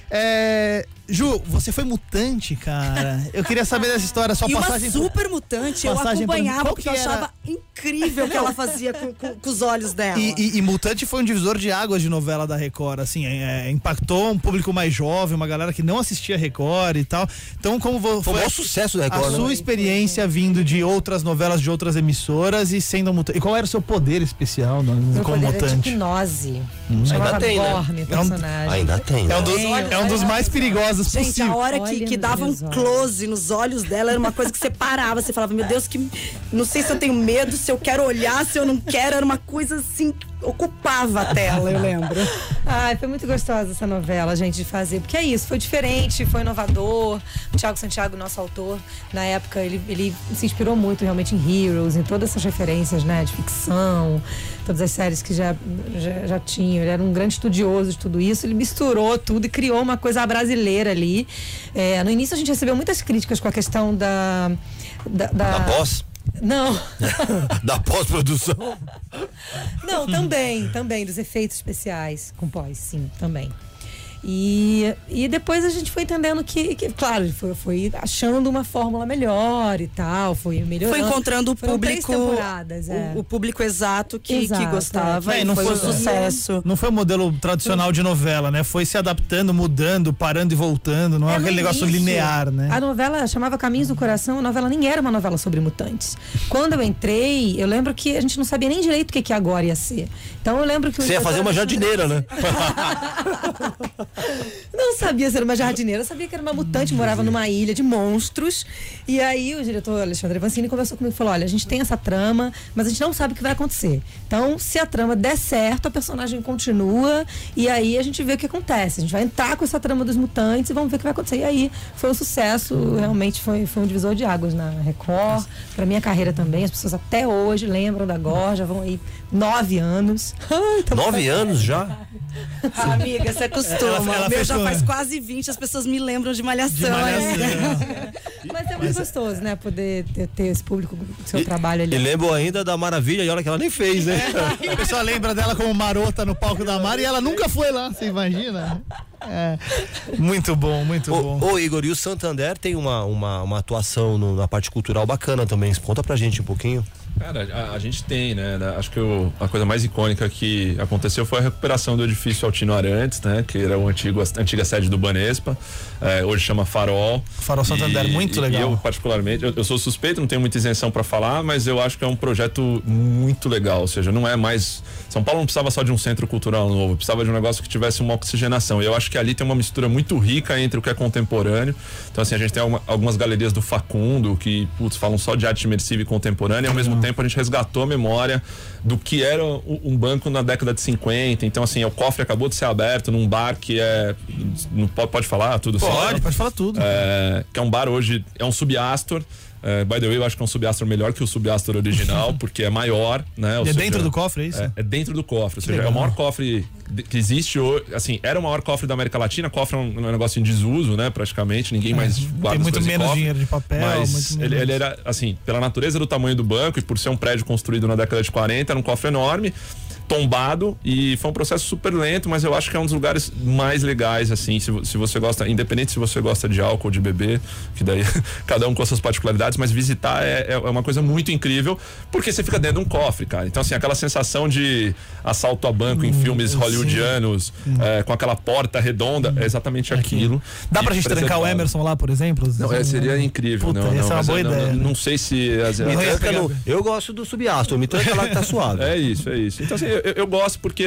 Ju, você foi mutante, cara. Eu queria saber dessa história, sua passagem. Uma super mutante, eu acompanhava porque eu achava incrível o que ela fazia com os olhos dela. E Mutante foi um divisor de águas de novela da Record, assim, impactou um público mais jovem, uma galera que não assistia Record e tal. Então, como foi o maior sucesso da Record, a sua experiência vindo de outras novelas, de outras emissoras e sendo mutante. E qual era o seu poder especial como mutante? De hipnose. Ainda tem, né? Personagem. Ainda tem. É um dos mais perigosos possível. Gente, a hora que dava um close nos olhos dela era uma coisa que você parava, você falava, meu Deus, que não sei se eu tenho medo, se eu quero olhar, se eu não quero, era uma coisa assim, ocupava a tela, eu lembro. Ai, foi muito gostosa essa novela, gente, de fazer, porque é isso, foi diferente, foi inovador. O Thiago Santiago, nosso autor, na época, ele se inspirou muito realmente em Heroes, em todas essas referências, né, de ficção, todas as séries que já tinham. Ele era um grande estudioso de tudo isso, ele misturou tudo e criou uma coisa brasileira ali. No início a gente recebeu muitas críticas com a questão da voz. Não. Da pós-produção? Não, também, dos efeitos especiais com pós, sim, também. E depois a gente foi entendendo que claro, foi achando uma fórmula melhor e tal, foi melhorando. Foi encontrando o público, o público exato que gostava, e não foi um sucesso. Não foi o modelo tradicional de novela, né? Foi se adaptando, mudando, parando e voltando, não é aquele negócio linear, né? A novela chamava Caminhos do Coração, a novela nem era uma novela sobre mutantes. Quando eu entrei, eu lembro que a gente não sabia nem direito o que agora ia ser. Então eu lembro que... Você ia fazer uma jardineira, né? Não sabia se era uma jardineira, eu sabia que era uma mutante, morava numa ilha de monstros. E aí o diretor Alexandre Vancini conversou comigo e falou: olha, a gente tem essa trama, mas a gente não sabe o que vai acontecer. Então, se a trama der certo, a personagem continua e aí a gente vê o que acontece. A gente vai entrar com essa trama dos mutantes e vamos ver o que vai acontecer. E aí foi um sucesso, realmente foi um divisor de águas na Record, pra minha carreira também. As pessoas até hoje lembram da Gor, já vão aí 9 anos. 9 anos já? Amiga, você acostuma. Ela O meu fechou, já faz quase 20, as pessoas me lembram de Malhação. Mas é muito gostoso, né? Poder ter esse público do seu trabalho ali. E lembro ainda da Maravilha, e olha que ela nem fez, né? A pessoa lembra dela como marota no palco da Mara e ela nunca foi lá, você imagina? Muito bom, muito bom. Ô Igor, e o Santander tem uma atuação na parte cultural bacana também. Conta pra gente um pouquinho. Cara, a gente tem, né? Acho que a coisa mais icônica que aconteceu foi a recuperação do edifício Altino Arantes, né? Que era a antiga sede do Banespa. Hoje chama Farol. Farol Santander, muito legal. E eu, particularmente, eu sou suspeito, não tenho muita isenção para falar, mas eu acho que é um projeto muito legal. Ou seja, não é mais. São Paulo não precisava só de um centro cultural novo, precisava de um negócio que tivesse uma oxigenação. E eu acho que ali tem uma mistura muito rica entre o que é contemporâneo. Então, assim, a gente tem algumas galerias do Facundo que, falam só de arte imersiva e contemporânea, e ao mesmo tempo a gente resgatou a memória do que era um banco na década de 50. Então, assim, o cofre acabou de ser aberto num bar que pode falar tudo? Pode falar tudo. Que é um bar hoje, é um Subastor. By the way, eu acho que é um Subastor melhor que o Subastor original, porque é maior, né? É dentro do cofre, é isso? É dentro do cofre, ou seja, é o maior cofre que existe hoje, assim, era o maior cofre da América Latina. Cofre é um negócio em desuso, né? Praticamente, ninguém mais guarda. Tem muito menos cofre, dinheiro de papel. mas ele era, assim, pela natureza do tamanho do banco e por ser um prédio construído na década de 40, era um cofre enorme, tombado, e foi um processo super lento, mas eu acho que é um dos lugares mais legais, assim, se você gosta, independente se você gosta de álcool, de beber, que daí cada um com as suas particularidades, mas visitar é uma coisa muito incrível, porque você fica dentro de um cofre, cara. Então, assim, aquela sensação de assalto a banco em filmes hollywoodianos, com aquela porta redonda, é exatamente aquilo. Dá pra gente trancar o Emerson lá, por exemplo? Não, seria incrível. Puta, essa é uma boa ideia. Não sei se... Eu gosto do Subastor, me tranca lá que tá suave. É isso. Então, assim, eu gosto porque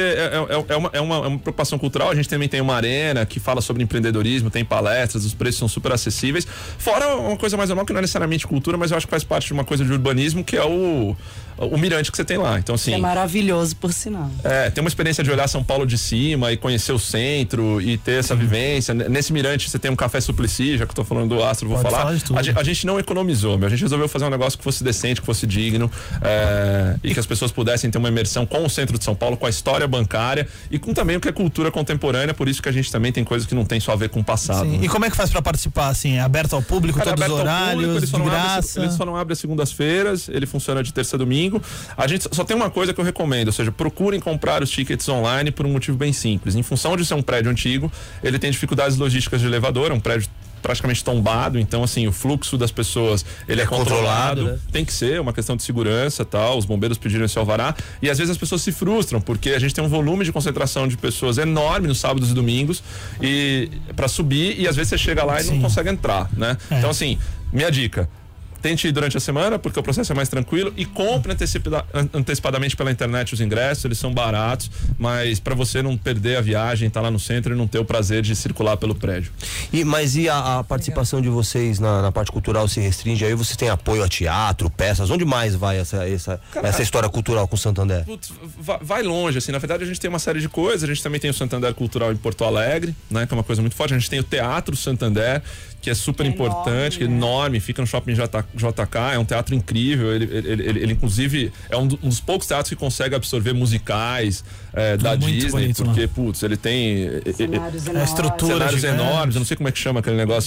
é uma preocupação cultural. A gente também tem uma arena que fala sobre empreendedorismo, tem palestras, os preços são super acessíveis. Fora uma coisa mais normal que não é necessariamente cultura, mas eu acho que faz parte de uma coisa de urbanismo, que é o mirante que você tem lá. Então, assim, é maravilhoso, por sinal. Tem uma experiência de olhar São Paulo de cima e conhecer o centro e ter essa vivência. Nesse mirante você tem um café Suplicy, já que eu tô falando do Astro, vou falar. A gente não economizou, a gente resolveu fazer um negócio que fosse decente, que fosse digno, e que as pessoas pudessem ter uma imersão com o centro de São Paulo, com a história bancária e com também o que é cultura contemporânea. Por isso que a gente também tem coisas que não tem só a ver com o passado. Né? E como é que faz pra participar, assim? É aberto ao público, todos os horários, de graça? Ele só não abre às segundas-feiras, ele funciona de terça a domingo. A gente só tem uma coisa que eu recomendo, ou seja, procurem comprar os tickets online por um motivo bem simples. Em função de ser um prédio antigo, ele tem dificuldades logísticas de elevador, é um prédio praticamente tombado, então, assim, o fluxo das pessoas, ele é controlado, né? Tem que ser uma questão de segurança, tal, os bombeiros pediram esse alvará, e às vezes as pessoas se frustram, porque a gente tem um volume de concentração de pessoas enorme nos sábados e domingos, e para subir, e às vezes você chega lá e não consegue entrar, né? Então, assim, minha dica: tente ir durante a semana, porque o processo é mais tranquilo, e compre antecipadamente pela internet os ingressos, eles são baratos, mas para você não perder a viagem, tá lá no centro e não ter o prazer de circular pelo prédio. Mas a participação de vocês na parte cultural se restringe? Aí você tem apoio a teatro, peças? Onde mais vai essa história cultural com o Santander? Putz, vai longe, assim, na verdade a gente tem uma série de coisas. A gente também tem o Santander Cultural em Porto Alegre, né, que é uma coisa muito forte. A gente tem o Teatro Santander, que é super importante, enorme, fica no Shopping JK, é um teatro incrível, ele inclusive é um dos poucos teatros que consegue absorver musicais da Disney, bonito, porque, putz, ele tem cenários enormes, eu não sei como é que chama aquele negócio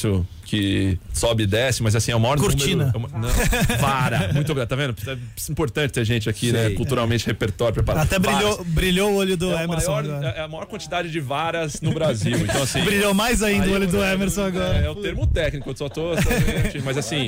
que sobe e desce, mas assim, é o maior Cortina. número... Não, vara. Muito obrigado, tá vendo? É importante ter gente aqui, né? Culturalmente, repertório preparado. Até brilhou o olho do Emerson agora. É a maior quantidade de varas no Brasil. Então, assim... Brilhou mais ainda o olho do Emerson agora. É o termo técnico, eu só tô... Mas assim...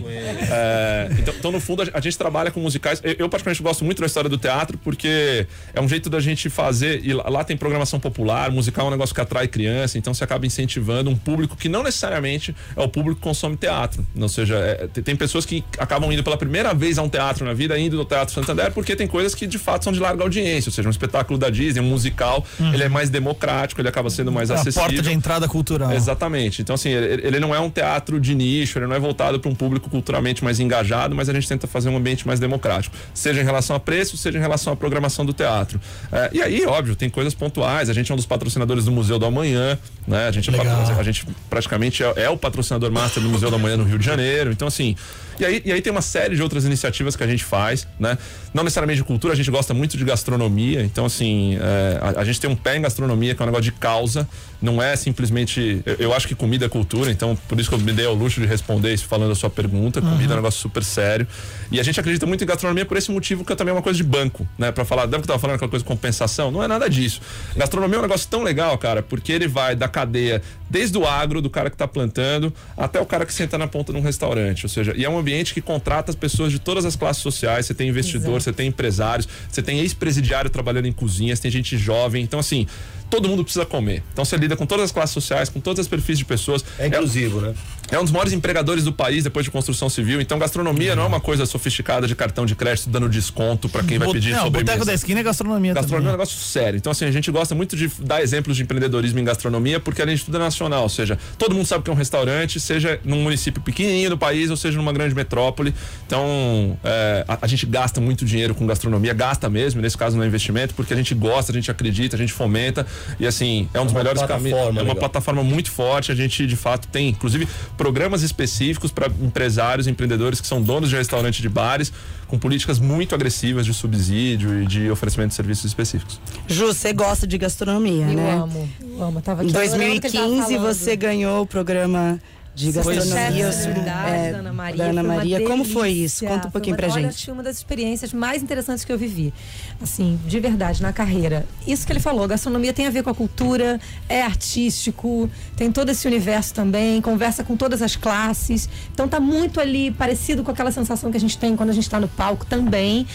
Então, no fundo, a gente trabalha com musicais. Eu particularmente gosto muito da história do teatro, porque é um jeito da gente fazer... E lá tem programação popular, musical é um negócio que atrai criança, então você acaba incentivando um público que não necessariamente é o público que consome teatro. Ou seja, tem pessoas que acabam indo pela primeira vez a um teatro na vida, indo no Teatro Santander, porque tem coisas que de fato são de larga audiência. Ou seja, um espetáculo da Disney, um musical, ele é mais democrático, ele acaba sendo mais acessível. A porta de entrada cultural. Exatamente. Então, assim, ele não é um teatro de nicho, ele não é voltado para um público culturalmente mais engajado, mas a gente tenta fazer um ambiente mais democrático. Seja em relação a preço, seja em relação à programação do teatro. E aí, óbvio, tem coisas pontuais. A gente é um dos patrocinadores do Museu do Amanhã, né? A gente praticamente é o patrocinador master do Museu do Amanhã no Rio de Janeiro. Então, assim, e aí tem uma série de outras iniciativas que a gente faz, né? Não necessariamente de cultura, a gente gosta muito de gastronomia. Então, assim, a gente tem um pé em gastronomia, que é um negócio de causa. Não é simplesmente... Eu acho que comida é cultura, então por isso que eu me dei ao luxo de responder isso falando a sua pergunta. Comida é um negócio super sério. E a gente acredita muito em gastronomia por esse motivo, que é também uma coisa de banco, né? Pra falar, lembra que eu tava falando aquela coisa de compensação? Não é nada disso. Gastronomia é um negócio tão legal, cara, porque ele vai da cadeia, desde o agro, do cara que tá plantando, até o cara que senta na ponta de um restaurante. Ou seja, e é um ambiente que contrata as pessoas de todas as classes sociais. Você tem investidor, você tem empresários, você tem ex-presidiário trabalhando em cozinhas, tem gente jovem. Então, assim, todo mundo precisa comer. Então você lida com todas as classes sociais, com todos os perfis de pessoas. É inclusivo, né? É um dos maiores empregadores do país depois de construção civil. Então gastronomia não é uma coisa sofisticada de cartão de crédito dando desconto pra quem vai pedir sobremesa. Boteco da esquina é gastronomia também. É um negócio sério. Então assim, a gente gosta muito de dar exemplos de empreendedorismo em gastronomia, porque além de tudo é nacional. Ou seja, todo mundo sabe que é um restaurante, seja num município pequenininho do país ou seja numa grande metrópole. Então a gente gasta muito dinheiro com gastronomia, gasta mesmo, nesse caso não é investimento, porque a gente gosta, a gente acredita, a gente fomenta. E assim, é um dos melhores caminhos. É uma plataforma muito forte. A gente, de fato, tem, inclusive, programas específicos para empresários, empreendedores que são donos de restaurante de bares, com políticas muito agressivas de subsídio e de oferecimento de serviços específicos. Ju, você gosta de gastronomia, né? Eu amo. Tava aqui em 2015 você ganhou o programa de gastronomia da Ana Maria. Da Ana Maria. Como foi isso? Conta um pouquinho pra gente. Olha, foi uma das experiências mais interessantes que eu vivi. Assim, de verdade, na carreira. Isso que ele falou, gastronomia tem a ver com a cultura, é artístico, tem todo esse universo também, conversa com todas as classes. Então tá muito ali parecido com aquela sensação que a gente tem quando a gente tá no palco também.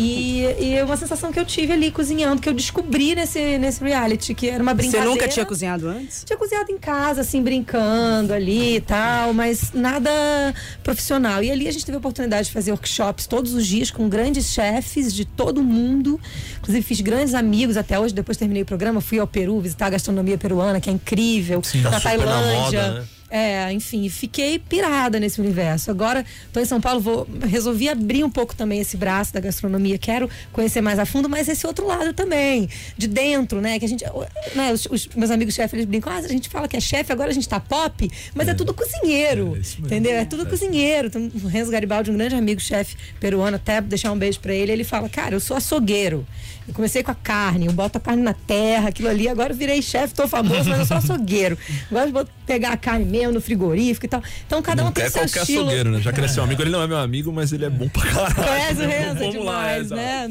E é uma sensação que eu tive ali cozinhando, que eu descobri nesse reality, que era uma brincadeira. Você nunca tinha cozinhado antes? Tinha cozinhado em casa, assim, brincando ali e tal, mas nada profissional. E ali a gente teve a oportunidade de fazer workshops todos os dias com grandes chefes de todo mundo. Inclusive fiz grandes amigos até hoje. Depois terminei o programa, fui ao Peru visitar a gastronomia peruana, que é incrível. Sim, na tá Tailândia. Moda, né? Enfim, fiquei pirada nesse universo. Agora, tô em São Paulo, resolvi abrir um pouco também esse braço da gastronomia. Quero conhecer mais a fundo, mas esse outro lado também, de dentro, né? Que a gente, né, os meus amigos chefes, eles brincam, a gente fala que é chefe, agora a gente tá pop, mas é tudo cozinheiro, entendeu? É tudo cozinheiro. Então, o Renzo Garibaldi, um grande amigo chefe peruano, até deixar um beijo pra ele fala, cara, eu sou açougueiro. Eu comecei com a carne, eu boto a carne na terra, aquilo ali, agora eu virei chefe, tô famoso, mas eu sou açougueiro. Agora eu vou pegar a carne mesmo no frigorífico e tal. Então cada um tem seu estilo. Açougueiro, né? Já que ele é seu amigo, ele não é meu amigo, mas ele é bom pra caralho. Conhece o Renzo demais, né?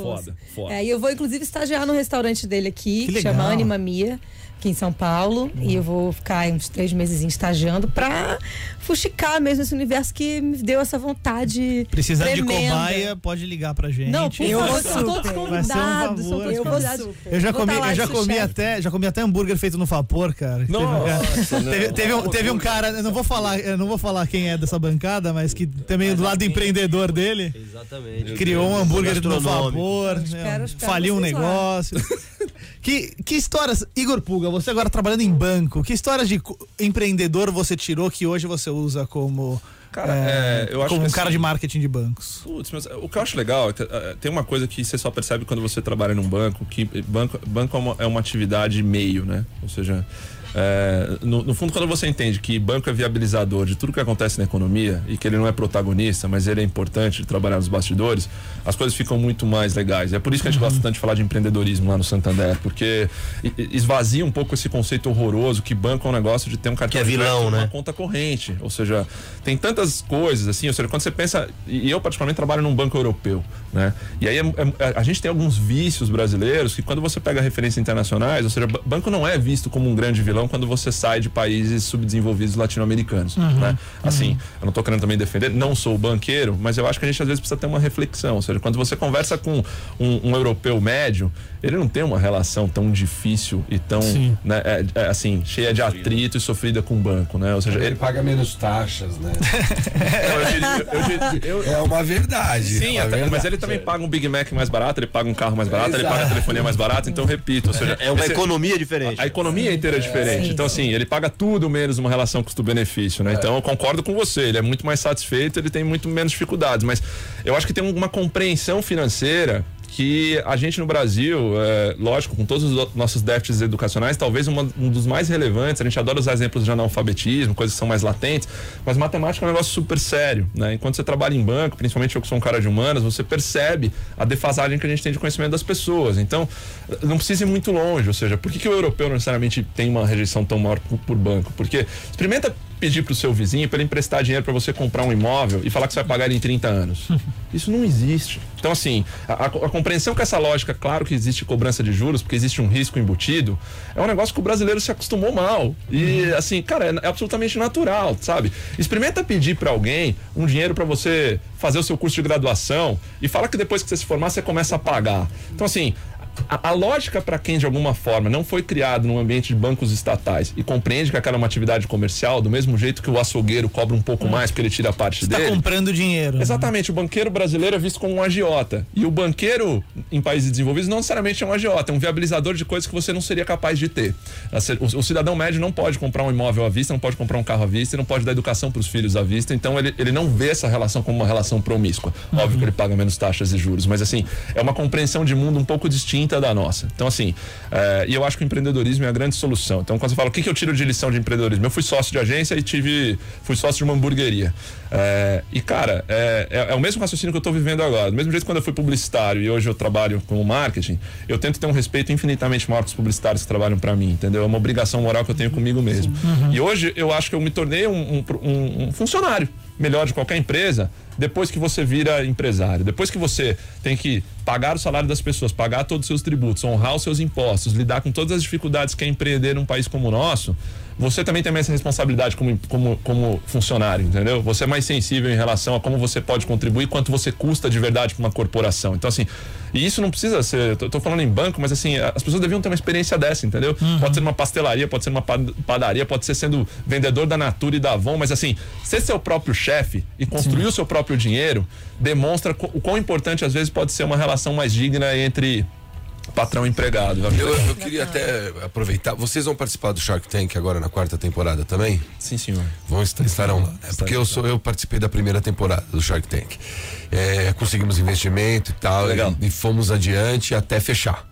Foda. E eu vou inclusive estagiar no restaurante dele aqui, que chama Anima Mia, aqui em São Paulo, e eu vou ficar uns 3 meses estagiando pra fuxicar mesmo esse universo que me deu essa vontade. Precisando tremenda. de cobaia, pode ligar pra gente. Não, por favor, são todos convidados. Eu já comi até hambúrguer feito no vapor, cara. Nossa, teve um cara, eu não vou falar quem é dessa bancada, mas que também do lado empreendedor dele. Exatamente. Criou um hambúrguer no vapor, faliu um negócio. Que histórias, Igor Puga, você agora trabalhando em banco, que histórias de empreendedor você tirou que hoje você usa como Cara, eu acho como que um cara de marketing de bancos. Putz, mas o que eu acho legal é que tem uma coisa que você só percebe quando você trabalha num banco, que banco é uma atividade meio, né? Ou seja, no fundo, quando você entende que banco é viabilizador de tudo que acontece na economia e que ele não é protagonista, mas ele é importante de trabalhar nos bastidores, as coisas ficam muito mais legais. É por isso que a gente gosta tanto de falar de empreendedorismo lá no Santander, porque esvazia um pouco esse conceito horroroso que banco é um negócio de ter um cartão de vilão, né? Uma conta corrente. Ou seja, tem tantas coisas assim, ou seja, quando você pensa, e eu particularmente trabalho num banco europeu, né? E aí a gente tem alguns vícios brasileiros que quando você pega referências internacionais, ou seja, banco não é visto como um grande vilão quando você sai de países subdesenvolvidos latino-americanos, né? Assim, eu não tô querendo também defender, não sou banqueiro, mas eu acho que a gente às vezes precisa ter uma reflexão, ou seja, quando você conversa com um europeu médio, ele não tem uma relação tão difícil e tão, né, assim, cheia de atrito e sofrida com o banco, né? Ou seja, ele paga menos taxas, né? É uma verdade. Sim, mas ele também paga um Big Mac mais barato, ele paga um carro mais barato, ele paga a telefonia mais barata, então repito, ou seja, é uma economia diferente. A economia inteira é diferente. Então, assim, ele paga tudo menos uma relação custo-benefício, né? Então, eu concordo com você, ele é muito mais satisfeito, ele tem muito menos dificuldades, mas eu acho que tem uma compreensão financeira que a gente no Brasil, lógico, com todos os nossos déficits educacionais, talvez um dos mais relevantes. A gente adora usar exemplos de analfabetismo, coisas que são mais latentes, mas matemática é um negócio super sério, né? Enquanto você trabalha em banco, principalmente eu que sou um cara de humanas, você percebe a defasagem que a gente tem de conhecimento das pessoas. Então, não precisa ir muito longe, ou seja, por que o europeu não necessariamente tem uma rejeição tão maior por banco? Porque experimenta pedir pro seu vizinho para ele emprestar dinheiro para você comprar um imóvel e falar que você vai pagar ele em 30 anos. Isso não existe. Então, assim, a compreensão que essa lógica, claro que existe cobrança de juros, porque existe um risco embutido, é um negócio que o brasileiro se acostumou mal. E, assim, cara, é absolutamente natural, sabe? Experimenta pedir para alguém um dinheiro para você fazer o seu curso de graduação e fala que depois que você se formar, você começa a pagar. Então, assim, a lógica para quem de alguma forma não foi criado num ambiente de bancos estatais e compreende que aquela é uma atividade comercial, do mesmo jeito que o açougueiro cobra um pouco mais porque ele tira a parte dele. Está comprando dinheiro. Exatamente, o banqueiro brasileiro é visto como um agiota. E o banqueiro em países desenvolvidos não necessariamente é um agiota, é um viabilizador de coisas que você não seria capaz de ter. O cidadão médio não pode comprar um imóvel à vista, não pode comprar um carro à vista, não pode dar educação para os filhos à vista, então ele não vê essa relação como uma relação promíscua. Óbvio que ele paga menos taxas e juros, mas assim, é uma compreensão de mundo um pouco distinta da nossa. Então, assim, e eu acho que o empreendedorismo é a grande solução. Então, quando você fala, o que eu tiro de lição de empreendedorismo? Eu fui sócio de agência e fui sócio de uma hamburgueria. E, cara, é o mesmo raciocínio que eu estou vivendo agora. Do mesmo jeito que quando eu fui publicitário e hoje eu trabalho com marketing, eu tento ter um respeito infinitamente maior com os publicitários que trabalham para mim, entendeu? É uma obrigação moral que eu tenho comigo mesmo. E hoje eu acho que eu me tornei um funcionário melhor de qualquer empresa depois que você vira empresário, depois que você tem que pagar o salário das pessoas, pagar todos os seus tributos, honrar os seus impostos, lidar com todas as dificuldades que é empreender num país como o nosso, você também tem mais responsabilidade como funcionário, entendeu? Você é mais sensível em relação a como você pode contribuir, quanto você custa de verdade para uma corporação. Então, assim, e isso não precisa ser, tô falando em banco, mas assim, as pessoas deviam ter uma experiência dessa, entendeu? Pode ser numa pastelaria, pode ser numa padaria, pode ser sendo vendedor da Natura e da Avon, mas assim, ser seu próprio chefe e construir o seu próprio dinheiro demonstra o quão importante às vezes pode ser uma relação mais digna entre patrão e empregado. Eu queria até aproveitar. Vocês vão participar do Shark Tank agora na 4ª temporada também? Sim, senhor. Estarão lá. Porque eu participei da primeira temporada do Shark Tank. Conseguimos investimento e tal. E fomos adiante até fechar.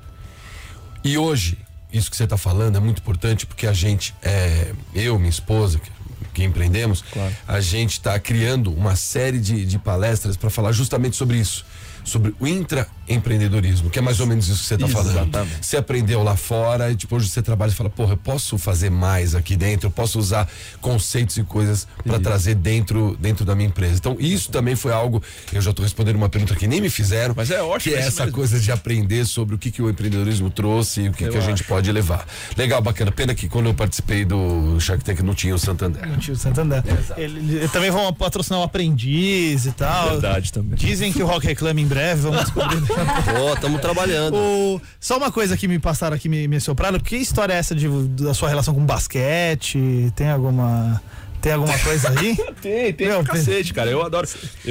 E hoje, isso que você está falando é muito importante porque a gente, eu, minha esposa, que empreendemos, claro, a gente está criando uma série de palestras para falar justamente sobre isso. Sobre o intraempreendedorismo, que é mais ou menos isso que você está falando. Você aprendeu lá fora e depois você trabalha e fala, porra, eu posso fazer mais aqui dentro, eu posso usar conceitos e coisas para trazer dentro da minha empresa. Então, isso também foi algo, eu já estou respondendo uma pergunta que nem me fizeram, mas é ótimo, que é essa coisa de aprender sobre o que o empreendedorismo trouxe e o que a gente pode levar. Legal, bacana. Pena que quando eu participei do Shark Tank não tinha o Santander. Não tinha o Santander. Ele também vão patrocinar o Aprendiz e tal. Verdade também. Dizem que o Rock Reclame em breve, vamos descobrir. Estamos trabalhando. Só uma coisa que me passaram aqui, me sopraram, que história é essa da sua relação com basquete? Tem alguma coisa aí? Tem um cacete, cara. Eu adoro.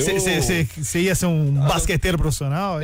Você ia ser um basqueteiro profissional?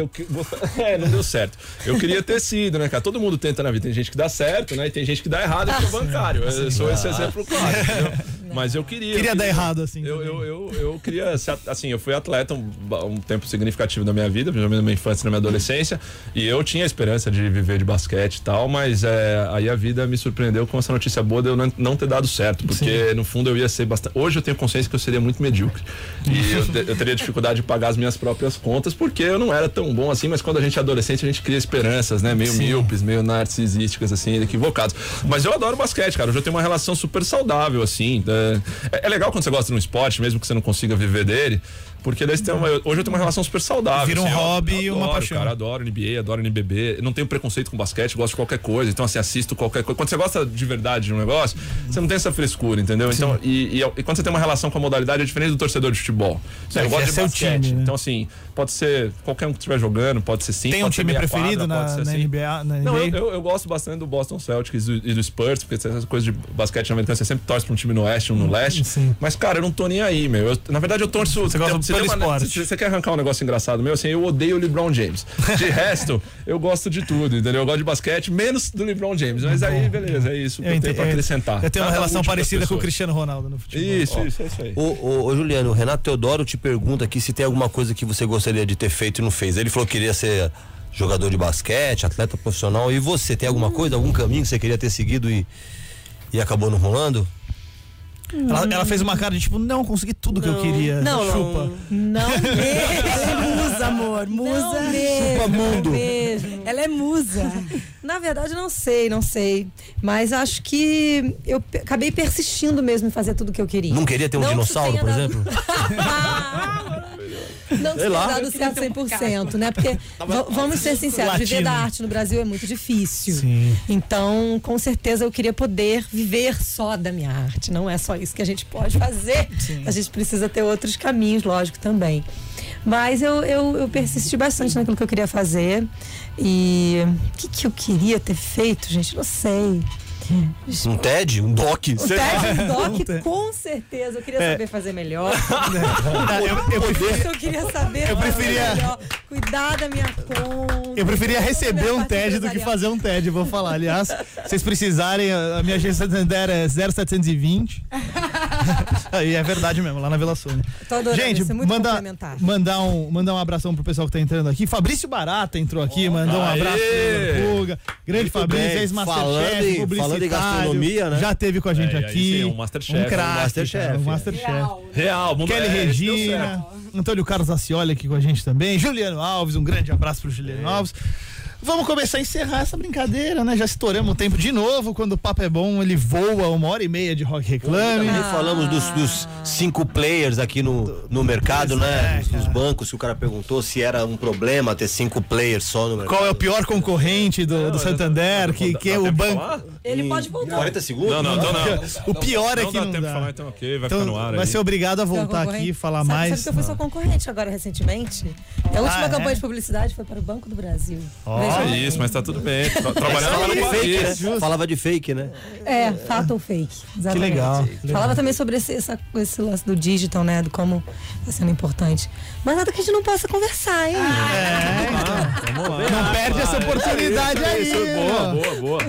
Não deu certo. Eu queria ter sido, né, cara? Todo mundo tenta na vida. Tem gente que dá certo, né? E tem gente que dá errado e fica bancário. Eu sou esse exemplo claro, entendeu? Mas eu queria. Queria dar errado, assim. Eu queria ser, assim, eu fui atleta um tempo significativo da minha vida, principalmente na minha infância e na minha adolescência, e eu tinha a esperança de viver de basquete e tal, mas aí a vida me surpreendeu com essa notícia boa de eu não ter dado certo, porque no fundo eu ia ser bastante. Hoje eu tenho consciência que eu seria muito medíocre. E eu teria dificuldade de pagar as minhas próprias contas, porque eu não era tão bom assim, mas quando a gente é adolescente, a gente cria esperanças, né? Meio míopes, meio narcisísticas, assim, equivocados. Mas eu adoro basquete, cara. Hoje eu tenho uma relação super saudável, assim. É legal quando você gosta de um esporte, mesmo que você não consiga viver dele, porque daí hoje eu tenho uma relação super saudável. Vira um assim, hobby e uma paixão. Cara, adoro NBA, adoro NBB. Eu não tenho preconceito com basquete, gosto de qualquer coisa. Então, assim, assisto qualquer coisa. Quando você gosta de verdade de um negócio, você não tem essa frescura, entendeu? Então, e quando você tem uma relação com a modalidade, é diferente do torcedor de futebol. Eu gosto de basquete. Time, né? Então, assim, pode ser qualquer um que estiver jogando, pode ser 5. Tem um time preferido na NBA? Não, eu gosto bastante do Boston Celtics e do Spurs, porque essas coisas de basquete americano, você sempre torce pra um time no oeste, um no leste. Mas, cara, eu não tô nem aí, meu. Na verdade, eu torço. Você gosta pelo esporte. Você quer arrancar um negócio engraçado meu? Assim, eu odeio o LeBron James. De resto, eu gosto de tudo, entendeu? Eu gosto de basquete, menos do LeBron James. Mas aí, beleza, é isso que eu tenho pra acrescentar. Eu tenho uma relação parecida com o Cristiano Ronaldo no futebol. Isso, é isso aí. Ô Juliano, o Renato Teodoro te pergunta aqui se tem alguma coisa que você gostaria de ter feito e não fez. Ele falou que queria ser jogador de basquete, atleta profissional. E você, tem alguma coisa, algum caminho que você queria ter seguido e acabou não rolando? Ela fez uma cara de tipo, não, consegui tudo que eu queria. Não, chupa. Não mesmo. Ela é musa, amor. Musa mesmo. Chupa mundo. Mesmo. Ela é musa. Na verdade, não sei. Mas acho que eu acabei persistindo mesmo em fazer tudo que eu queria. Não queria ter um dinossauro, por exemplo? Não tinha dado certo 100%, né? Porque, vamos ser sinceros, viver da arte no Brasil é muito difícil. Sim. Então, com certeza, eu queria poder viver só da minha arte. Não é só isso que a gente pode fazer. Sim. A gente precisa ter outros caminhos, lógico, também. Mas eu persisti bastante naquilo que eu queria fazer. E o que eu queria ter feito, gente? Não sei. Um TED? Um DOC? Um DOC, com certeza. Eu queria saber fazer melhor. Eu queria saber preferia melhor. Cuidar da minha conta. Eu preferia receber um TED do que fazer um TED, vou falar. Aliás, se vocês precisarem, a minha agência é 0720. Aí é verdade mesmo, lá na Vila Sônia. Tô adorando, gente, isso é muito complementar. mandar um abração pro pessoal que tá entrando aqui. Fabrício Barata entrou aqui, mandou um abraço pro Puga. Grande muito Fabrício, ex-masterchef, publicitário. De gastronomia, né? Já teve com a gente aqui. Um Masterchef. Um craque, um Masterchef. Real. Kelly Regina, Antônio Carlos Acioli aqui com a gente também. Juliano Alves, um grande abraço pro Juliano Alves. Vamos começar a encerrar essa brincadeira, né? Já estouramos o tempo de novo. Quando o papo é bom, ele voa 1h30 de Rock Reclame. Falamos dos 5 players aqui no mercado, né? Os bancos, que o cara perguntou se era um problema ter 5 players só no mercado. Qual é o pior concorrente do Santander? Que é o banco. Ele pode voltar. 40 segundos? Não. O pior é que não não dá tempo de dá. falar, então ok, vai Então, ficar no ar. vai ser obrigado a voltar aqui e falar mais. Sabe que eu fui sua concorrente agora recentemente? A última campanha de publicidade foi para o Banco do Brasil. É isso, mas tá tudo bem. Trabalhando lá no Paris. Falava de fake, né? É, fato ou fake. Exatamente. Que legal. Falava também sobre esse lance do digital, né? Do como tá sendo importante. Mas nada que a gente não possa conversar, hein? Vamos lá. Não perde essa oportunidade aí. Boa.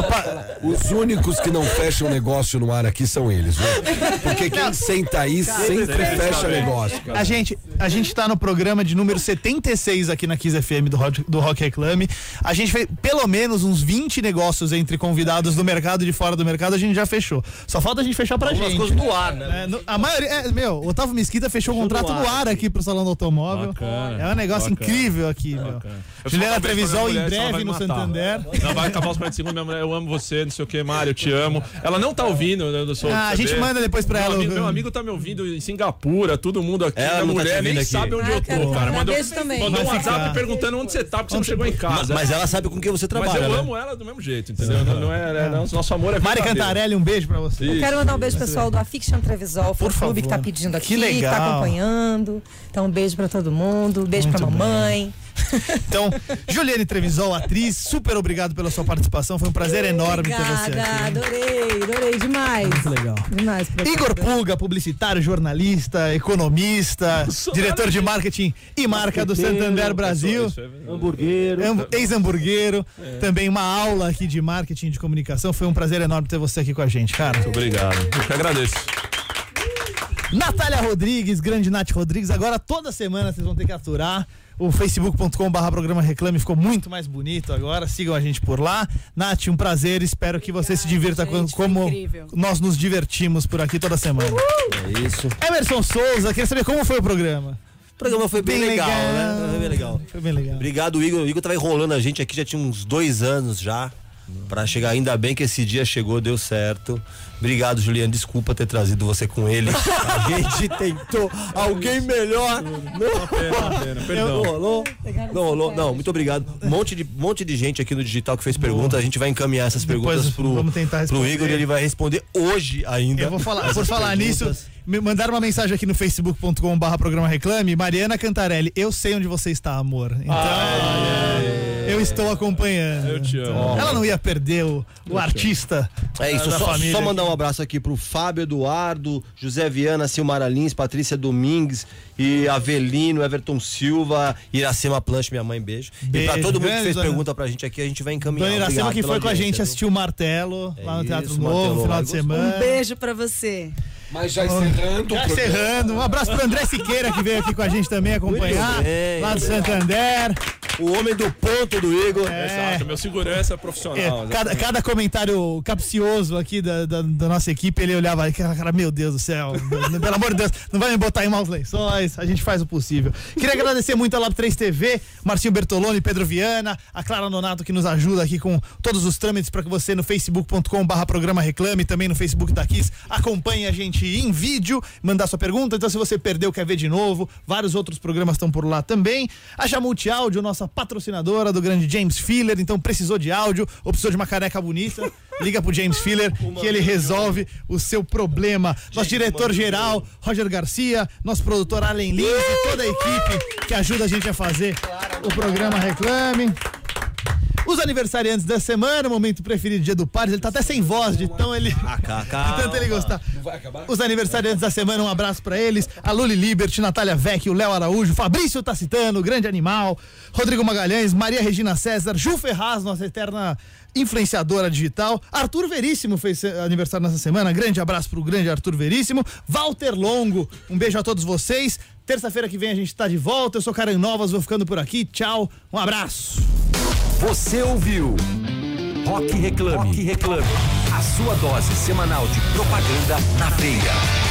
Os únicos que não fecham negócio no ar aqui são eles, viu? Porque quem senta aí sempre fecha negócio. A gente tá no programa de número 76 aqui na Kiss FM do Rock Reclame. A gente fez pelo menos uns 20 negócios entre convidados do mercado e de fora do mercado, a gente já fechou. Só falta a gente fechar pra gente. Coisas no ar, né? A maioria, o Otávio Mesquita fechou um contrato no ar aqui pro Salão do Automóvel. Bacana, é um negócio incrível aqui, meu. Juliana Trevisol em breve no Santander. Não, vai acabar os 40 segundos, minha mulher, eu amo você, não sei o que, Mário, eu te amo. Ela não tá ouvindo, eu sou a gente manda depois pra ela. Meu amigo tá me ouvindo em Singapura, todo mundo aqui, a mulher nem sabe onde eu tô, cara. Mandou um WhatsApp perguntando onde você tá, porque você não chegou em casa. Mas ela sabe com quem você trabalha. Mas eu amo ela do mesmo jeito, entendeu? Nosso amor é Mari Cantarelli, um beijo pra você. Eu quero mandar um beijo pessoal do Afiction Trevisol, foi o clube que tá pedindo aqui, que tá acompanhando. Então um beijo pra todo mundo, um beijo pra mamãe. Então, Juliane Trevisol, atriz, super obrigado pela sua participação. Foi um prazer enorme ter você aqui. Adorei demais. Muito legal. Demais. Igor Puga, publicitário, jornalista, economista, diretor de marketing e marca do Santander Brasil. Hamburguero. Ex-hamburguero. Também uma aula aqui de marketing e de comunicação. Foi um prazer enorme ter você aqui com a gente, cara. Muito obrigado. Eu que agradeço. Natália Rodrigues, grande Nath Rodrigues. Agora toda semana vocês vão ter que aturar. O facebook.com/programa Reclame ficou muito mais bonito agora. Sigam a gente por lá. Nath, um prazer. Espero que você se divirta como nós nos divertimos por aqui toda semana. É isso. Emerson Souza, queria saber como foi o programa. O programa foi bem legal, né? Foi bem legal. Foi bem legal. Obrigado, Igor. O Igor tava enrolando a gente aqui, já tinha uns 2 anos já. Pra chegar, ainda bem que esse dia chegou, deu certo. Obrigado, Juliano, desculpa ter trazido você com ele. A gente tentou alguém melhor. Não rolou. Não rolou. Não, muito obrigado. Monte de gente aqui no digital que fez perguntas. A gente vai encaminhar essas perguntas pro Igor e ele vai responder hoje ainda. Eu vou falar, por falar nisso, me mandaram uma mensagem aqui no facebook.com/programa Reclame. Mariana Cantarelli, eu sei onde você está, amor. Então, eu estou acompanhando. Eu te amo. Ela não ia perder o artista. É isso, só mandar um abraço aqui pro Fábio Eduardo, José Viana, Silmara Lins, Patrícia Domingues e Avelino, Everton Silva, Iracema Planche, minha mãe, beijo. E pra todo mundo que fez pergunta pra gente aqui, a gente vai encaminhar. Dona Iracema que foi com a gente assistir o Martelo lá no Teatro Novo, no final de semana. Um beijo pra você. Mas já encerrando. Já encerrando. Um abraço pro André Siqueira, que veio aqui com a gente também acompanhar. Lá do Santander. O homem do ponto do Igor. Exato, meu segurança profissional. Cada comentário capcioso aqui da nossa equipe, ele olhava e cara, meu Deus do céu, pelo amor de Deus, não vai me botar em maus lençóis, a gente faz o possível. Queria agradecer muito a Lab 3 TV, Marcinho Bertoloni, Pedro Viana, a Clara Nonato, que nos ajuda aqui com todos os trâmites para que você no facebook.com/programa Reclame, também no Facebook da Kiss, acompanhe a gente em vídeo, mandar sua pergunta. Então, se você perdeu, quer ver de novo, vários outros programas estão por lá também. A Jamute Áudio, nossa patrocinadora do grande James Filler. Então, precisou de áudio ou precisou de uma careca bonita, liga pro James Filler que ele resolve o seu problema. Nosso diretor-geral, Roger Garcia, nosso produtor Allen Lins e toda a equipe que ajuda a gente a fazer o programa Reclame. Os aniversariantes da semana, o momento preferido, Dia do Pares, ele tá até sem voz, de tão ele, de tanto ele gostar. Os aniversariantes da semana, um abraço pra eles, a Luli Liberty, Natália Vecchio, Léo Araújo, Fabrício Tacitano, Grande Animal, Rodrigo Magalhães, Maria Regina César, Ju Ferraz, nossa eterna influenciadora digital, Arthur Veríssimo fez aniversário nessa semana, grande abraço pro grande Arthur Veríssimo, Walter Longo, um beijo a todos vocês. Terça-feira que vem a gente tá de volta, eu sou Karen Novas, vou ficando por aqui, tchau, um abraço. Você ouviu Rock Reclame. A sua dose semanal de propaganda na veia.